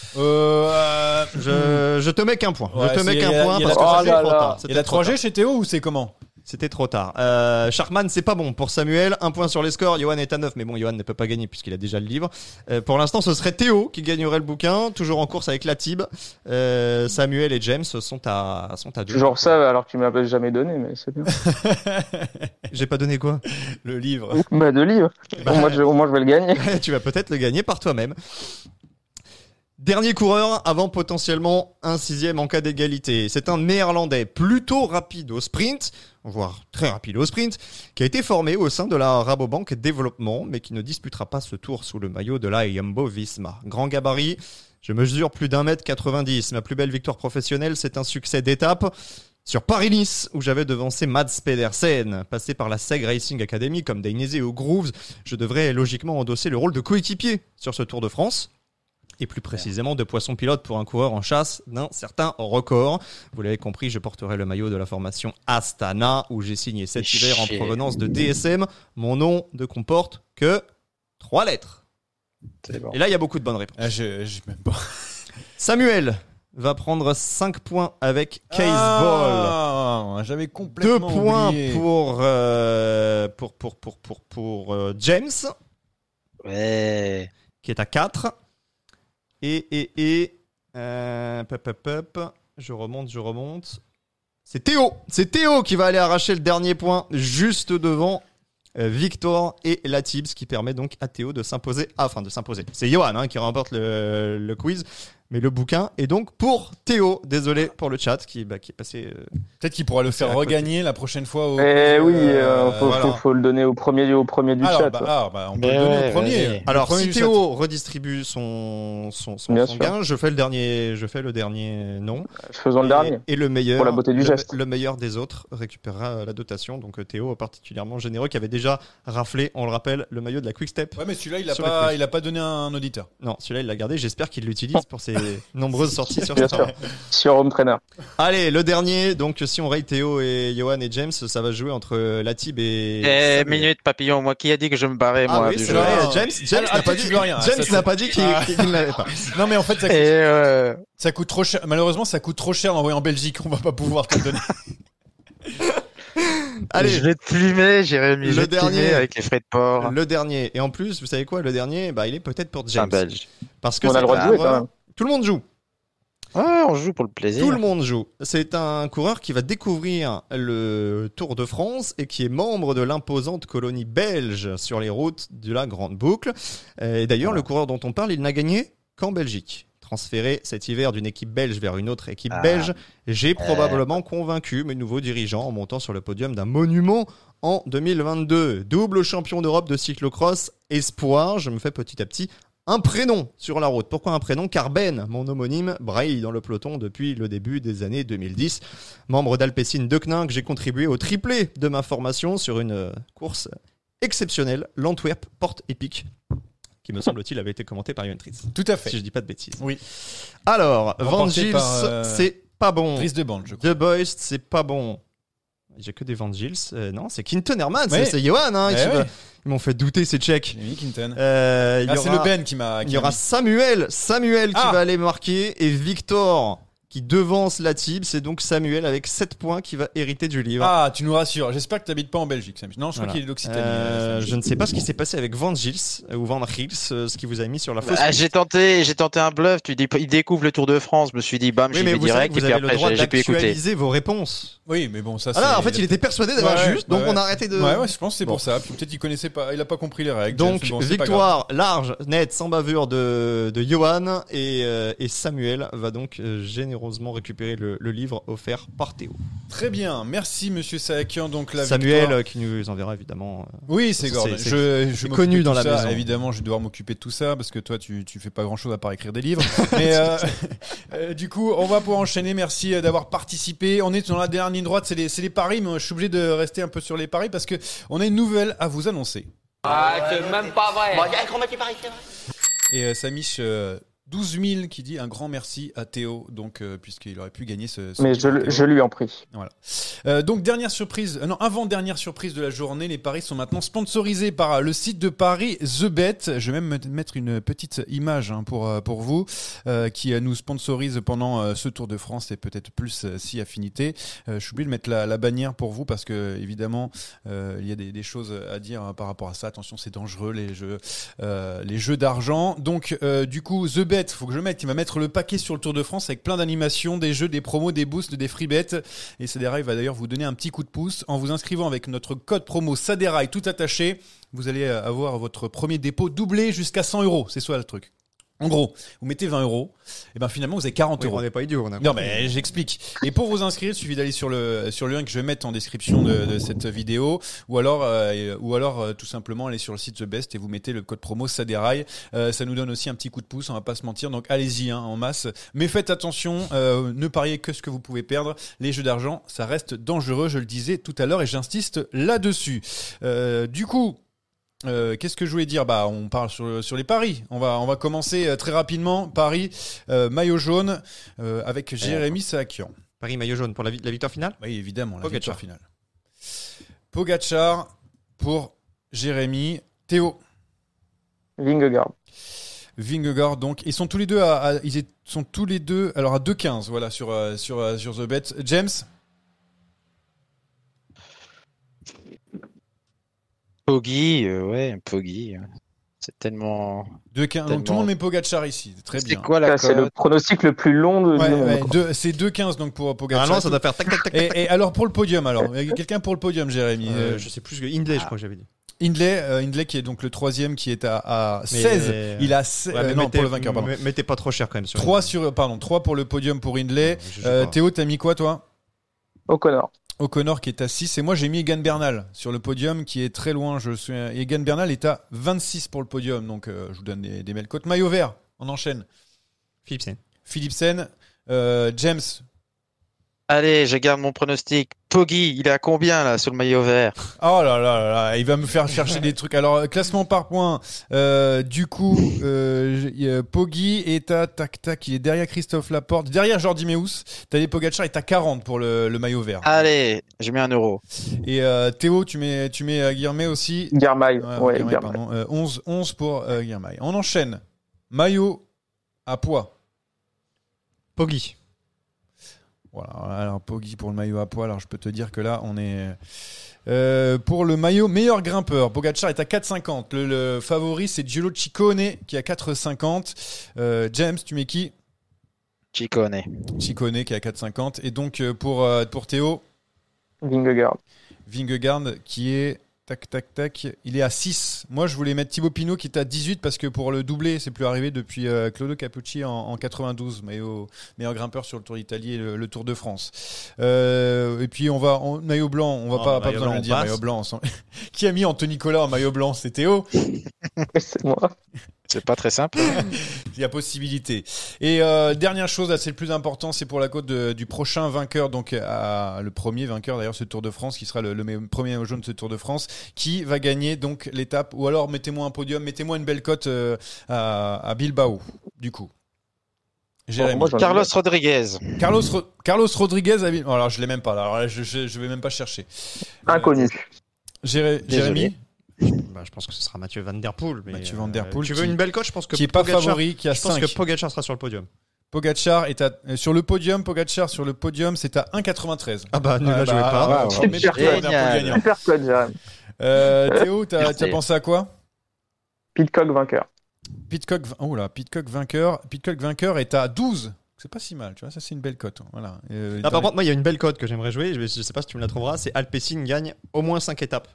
Je te mets qu'un point. Ouais, parce que c'était trop tard. Il y a la 3G chez Théo ou c'est comment ? C'était trop tard. Sharkman, c'est pas bon pour Samuel. 1 point sur les scores. Johan est à 9, mais bon, Johan ne peut pas gagner puisqu'il a déjà le livre. Pour l'instant, ce serait Théo qui gagnerait le bouquin. Toujours en course avec Latib. Samuel et James sont à 2. Toujours ça, alors que tu m'as jamais donné, mais c'est bien. J'ai pas donné quoi ? Le livre. De livre. Au moins, je vais le gagner. Tu vas peut-être le gagner par toi-même. Dernier coureur avant potentiellement un 6e en cas d'égalité. C'est un néerlandais plutôt rapide au sprint, voire très rapide au sprint, qui a été formé au sein de la Rabobank Développement, mais qui ne disputera pas ce tour sous le maillot de la Jumbo-Visma. Grand gabarit, je mesure plus d'1m90. Ma plus belle victoire professionnelle, c'est un succès d'étape sur Paris-Nice, où j'avais devancé Mads Pedersen. Passé par la Seg Racing Academy comme Dainese ou Grooves, je devrais logiquement endosser le rôle de coéquipier sur ce Tour de France. Et plus précisément de poisson pilote pour un coureur en chasse d'un certain record. Vous l'avez compris, je porterai le maillot de la formation Astana, où j'ai signé cet hiver en provenance de DSM. Mon nom ne comporte que 3 lettres. C'est bon. Et là, il y a beaucoup de bonnes réponses. Je même pas. Samuel va prendre 5 points avec Case Ball. J'avais complètement 2 points oublié. pour James. Ouais. Qui est à 4. Et Je remonte. C'est Théo qui va aller arracher le dernier point juste devant Victor et Latib, ce qui permet donc à Théo de s'imposer. C'est Johan qui remporte le quiz, mais le bouquin est donc pour Théo. Désolé pour le chat qui est passé. Peut-être qu'il pourra le faire regagner la prochaine fois. Faut le donner au premier du chat. On peut le donner au premier. Alors si Théo redistribue son gain, je fais le dernier nom. Faisons le dernier. Et le meilleur, pour la beauté du geste. Le meilleur des autres récupérera la dotation. Donc Théo particulièrement généreux qui avait déjà raflé, on le rappelle, le maillot de la Quick Step. Ouais, mais celui-là il a pas donné à un auditeur. Non, celui-là il l'a gardé. J'espère qu'il l'utilise pour ses nombreuses sorties sur sur Home Trainer. Allez, le dernier. Donc si on raye Théo et Johan et James, ça va jouer entre Latib et minute papillon, moi qui a dit que je me barrais moi oui, du c'est jeu. vrai. James n'a pas dit rien. James n'a pas dit qu'il ne l'avait pas. Non mais en fait ça coûte trop cher. Malheureusement, ça coûte trop cher d'envoyer en Belgique. On va pas pouvoir te le donner. Allez, je vais te plumer, Jérémy. Le dernier avec les frais de port. Le dernier. Et en plus, vous savez quoi, le dernier, il est peut-être pour James. Un Belge. Parce que on a le droit de jouer quand même. Tout le monde joue. Ouais, on joue pour le plaisir. Tout le monde joue. C'est un coureur qui va découvrir le Tour de France et qui est membre de l'imposante colonie belge sur les routes de la Grande Boucle. Et d'ailleurs, le coureur dont on parle, il n'a gagné qu'en Belgique. Transféré cet hiver d'une équipe belge vers une autre équipe belge, j'ai probablement convaincu mes nouveaux dirigeants en montant sur le podium d'un monument en 2022. Double champion d'Europe de cyclocross espoir, je me fais petit à petit un prénom sur la route. Pourquoi un prénom ? Car Ben, mon homonyme, braille dans le peloton depuis le début des années 2010. Membre d'Alpecin de Kninck, j'ai contribué au triplé de ma formation sur une course exceptionnelle, l'Antwerp Porte Épique, qui me semble-t-il avait été commenté par Johan Tritz. Tout à fait. Si je dis pas de bêtises. Oui. Alors, Van Gils, c'est pas bon. Dries de Band, je crois. The Boys, c'est pas bon. J'ai que des Van Gils. Non, c'est Kinton Hermans, ouais. c'est Johan. Ils m'ont fait douter ces Tchèques. Oui, Kinton. C'est le Ben qui m'a. Il y aura Samuel qui va aller marquer et Victor qui devance Latib. C'est donc Samuel avec 7 points qui va hériter du livre. Ah, tu nous rassures. J'espère que tu n'habites pas en Belgique, Samuel. Non, je crois qu'il est d'Occitanie. Je ne sais pas ce qui s'est passé avec Van Gils ou Van Gils, ce qui vous a mis sur la fausse. J'ai tenté un bluff. Tu dis, il découvre le Tour de France. Je me suis dit, bam, j'y vais direct. Vous et puis avez le droit après, j'ai pu écouter. d'actualiser vos réponses. Oui, mais bon, ça. En fait, il était persuadé d'avoir juste, donc on a arrêté de. Ouais, je pense que c'est pour ça. Puis peut-être qu'il connaissait pas, il a pas compris les règles. Donc victoire large, nette, sans bavure de Johan et Samuel va donc généreusement récupérer le livre offert par Théo. Très bien, merci Monsieur Saakian. Donc la Samuel victoire... qui nous enverra évidemment. Oui, c'est Gordon. Je connu dans la ça. maison. Évidemment, je vais devoir m'occuper de tout ça parce que toi, tu fais pas grand chose à part écrire des livres. Mais du coup, on va pouvoir enchaîner. Merci d'avoir participé. On est dans la dernière ligne droite, c'est les paris, mais je suis obligé de rester un peu sur les paris parce que on a une nouvelle à vous annoncer. Ah, c'est même pas vrai. Bon, il y a un grand match qui parie, c'est vrai. Et Samish 12 000 qui dit un grand merci à Théo, donc puisqu'il aurait pu gagner ce mais je lui en prie. Voilà. Donc avant-dernière surprise de la journée, les paris sont maintenant sponsorisés par le site de paris The Bet. Je vais même mettre une petite image pour vous qui nous sponsorise pendant ce Tour de France et peut-être plus si affinité. Je suis obligé de mettre la bannière pour vous parce que évidemment il y a des choses à dire par rapport à ça. Attention, c'est dangereux les jeux d'argent. Donc du coup The Bet, faut que je le mette. Il va mettre le paquet sur le Tour de France avec plein d'animations, des jeux, des promos, des boosts, des free bets. Et Saderail va d'ailleurs vous donner un petit coup de pouce en vous inscrivant avec notre code promo Saderail tout attaché. Vous allez avoir votre premier dépôt doublé jusqu'à 100 €. C'est ça le truc. En gros, vous mettez 20 €, et ben finalement vous avez 40 €. On n'est pas idiot. Non mais j'explique. Et pour vous inscrire, il suffit d'aller sur le lien que je vais mettre en description de cette vidéo, ou alors tout simplement aller sur le site The Best et vous mettez le code promo Saderail. Ça nous donne aussi un petit coup de pouce, on va pas se mentir. Donc allez-y en masse. Mais faites attention, ne pariez que ce que vous pouvez perdre. Les jeux d'argent, ça reste dangereux. Je le disais tout à l'heure et j'insiste là-dessus. Du coup. Qu'est-ce que je voulais dire ? On parle sur les paris. On va commencer très rapidement. Paris maillot jaune avec Jérémy Saakian. Paris maillot jaune pour la victoire finale ? Oui, évidemment, la Pogacar. victoire finale. Pogacar pour Jérémy. Théo. Vingegaard, donc ils sont tous les deux à 2,15 voilà sur The Bet. James. Poggi. C'est tellement. 2,15. Donc tout le monde met Pogacar ici. Très bien. C'est quoi la C'est le pronostic le plus long du monde. C'est 2,15 donc pour Pogacar. Ah non, ça doit faire tac tac tac. Et alors pour le podium, quelqu'un pour le podium, Jérémy. Je sais plus que Hindley, je crois que j'avais dit. Hindley qui est donc le troisième qui est à 16. Il a non pour le vainqueur pardon. Mettez pas trop cher quand même sur 3 pour le podium pour Hindley. Théo, t'as mis quoi toi? O'Connor qui est à 6 et moi j'ai mis Egan Bernal sur le podium qui est très loin. Egan Bernal est à 26 pour le podium donc je vous donne des belles cotes. Maillot vert, on enchaîne. Philipsen, James. Allez, je garde mon pronostic. Poggi, il est à combien là sur le maillot vert? Oh là là là, il va me faire chercher des trucs. Alors, classement par points. Du coup, Poggi est à tac, il est derrière Christophe Laporte, derrière Jordi Meus. Tadej Pogacar est à 40 pour le maillot vert. Allez, j'ai mis 1 euro. Et Théo, tu mets Guilhermet aussi. Guilhermet, ouais, Guilhermet, pardon. 11 pour Guilhermet. On enchaîne. Maillot à poids. Poggi. Voilà, alors Poggi pour le maillot à poids. Alors je peux te dire que là on est pour le maillot meilleur grimpeur. Pogacar est à 4,50. Le favori c'est Giulio Ciccone qui est à 4,50. James, tu mets qui? Ciccone qui est à 4,50. Et donc pour Théo, Vingegaard qui est tac, il est à 6. Moi, je voulais mettre Thibaut Pinot qui est à 18 parce que pour le doublé, c'est plus arrivé depuis Claudio Cappucci en 92, meilleur grimpeur sur le Tour d'Italie et le Tour de France. Et puis maillot blanc, on va pas besoin de le dire, maillot blanc. Qui a mis Anthony Nicolas en maillot blanc? C'est Théo. C'est moi. C'est pas très simple. Il y a possibilité. Et dernière chose, là, c'est le plus important, c'est pour la cote du prochain vainqueur, donc le premier vainqueur d'ailleurs ce Tour de France, qui sera le premier maillot jaune de ce Tour de France, qui va gagner donc l'étape. Ou alors mettez-moi un podium, mettez-moi une belle cote à Bilbao, du coup. Carlos Rodriguez. Carlos Rodriguez. Alors je l'ai même pas là. Alors là, je vais même pas chercher. Inconnu. Jérémy. Je pense que ce sera Mathieu Van Der Poel. Mathieu Van Der Poel. Tu veux une belle cote? Je pense que qui est pas favori, qui a 5. Je pense que Pogacar sera sur le podium. Pogacar est sur le podium, c'est à 1,93. Ah bah, nul à jouer pas. Super cote, Jérémy. Théo, t'as pensé à quoi? Pidcock vainqueur. Pidcock vainqueur est à 12. C'est pas si mal, tu vois, ça c'est une belle cote. Voilà. Par contre, moi il y a une belle cote que j'aimerais jouer, je sais pas si tu me la trouveras, c'est Alpecin gagne au moins 5 étapes.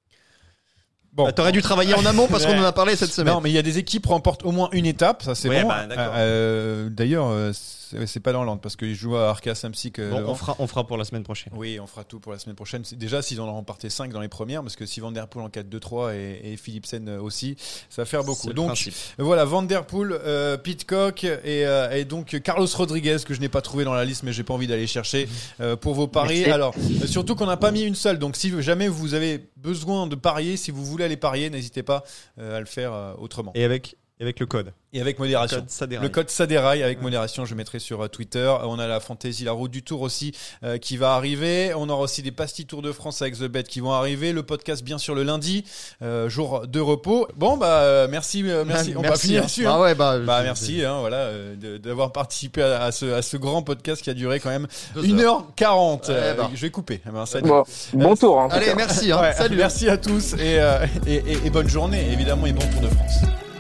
Bon, t'aurais dû travailler en amont parce qu'on en a parlé cette semaine. Non, mais il y a des équipes remportent au moins une étape, ça c'est bon. Bah, d'accord. D'ailleurs, c'est pas dans l'ordre parce qu'ils jouent à Arca Samsic. Bon, on fera pour la semaine prochaine. Oui, on fera tout pour la semaine prochaine. Déjà, s'ils en ont remporté 5 dans les premières, parce que si Van Der Poel en 4-2-3 et Philipsen aussi, ça va faire beaucoup. Donc voilà, Van Der Poel, Pidcock et donc Carlos Rodriguez que je n'ai pas trouvé dans la liste, mais j'ai pas envie d'aller chercher pour vos paris. Merci. Alors, surtout qu'on n'a pas mis une seule. Donc si jamais vous avez besoin de parier, si vous voulez aller parier, n'hésitez pas à le faire autrement. Et avec le code. Et avec modération. Le code Saderail avec modération, je mettrai sur Twitter. On a la Fantasy, la route du Tour aussi qui va arriver. On aura aussi des pastilles Tour de France avec The Bet qui vont arriver. Le podcast bien sûr le lundi, jour de repos. Bon merci. On va finir là-dessus. Merci voilà d'avoir participé à ce grand podcast qui a duré quand même 1h40. Je vais couper. Bon tour. Hein, allez, merci. Salut. Merci à tous et bonne journée évidemment et bon Tour de France.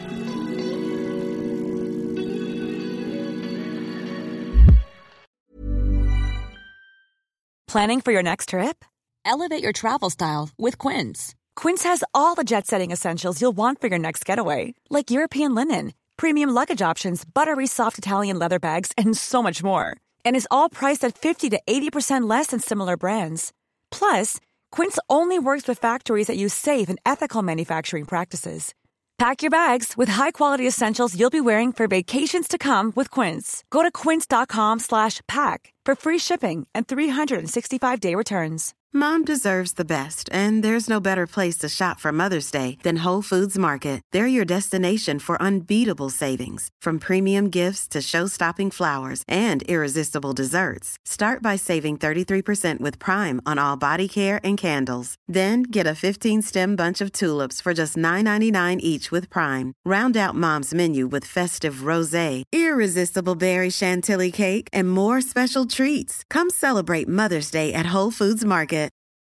Planning for your next trip? Elevate your travel style with Quince. Quince has all the jet-setting essentials you'll want for your next getaway, like European linen, premium luggage options, buttery soft Italian leather bags, and so much more. And is all priced at 50 to 80% less than similar brands. Plus, Quince only works with factories that use safe and ethical manufacturing practices. Pack your bags with high-quality essentials you'll be wearing for vacations to come with Quince. Go to quince.com/pack for free shipping and 365-day returns. Mom deserves the best, and there's no better place to shop for Mother's Day than Whole Foods Market. They're your destination for unbeatable savings, from premium gifts to show-stopping flowers and irresistible desserts. Start by saving 33% with Prime on all body care and candles. Then get a 15-stem bunch of tulips for just $9.99 each with Prime. Round out Mom's menu with festive rosé, irresistible berry chantilly cake, and more special treats. Come celebrate Mother's Day at Whole Foods Market.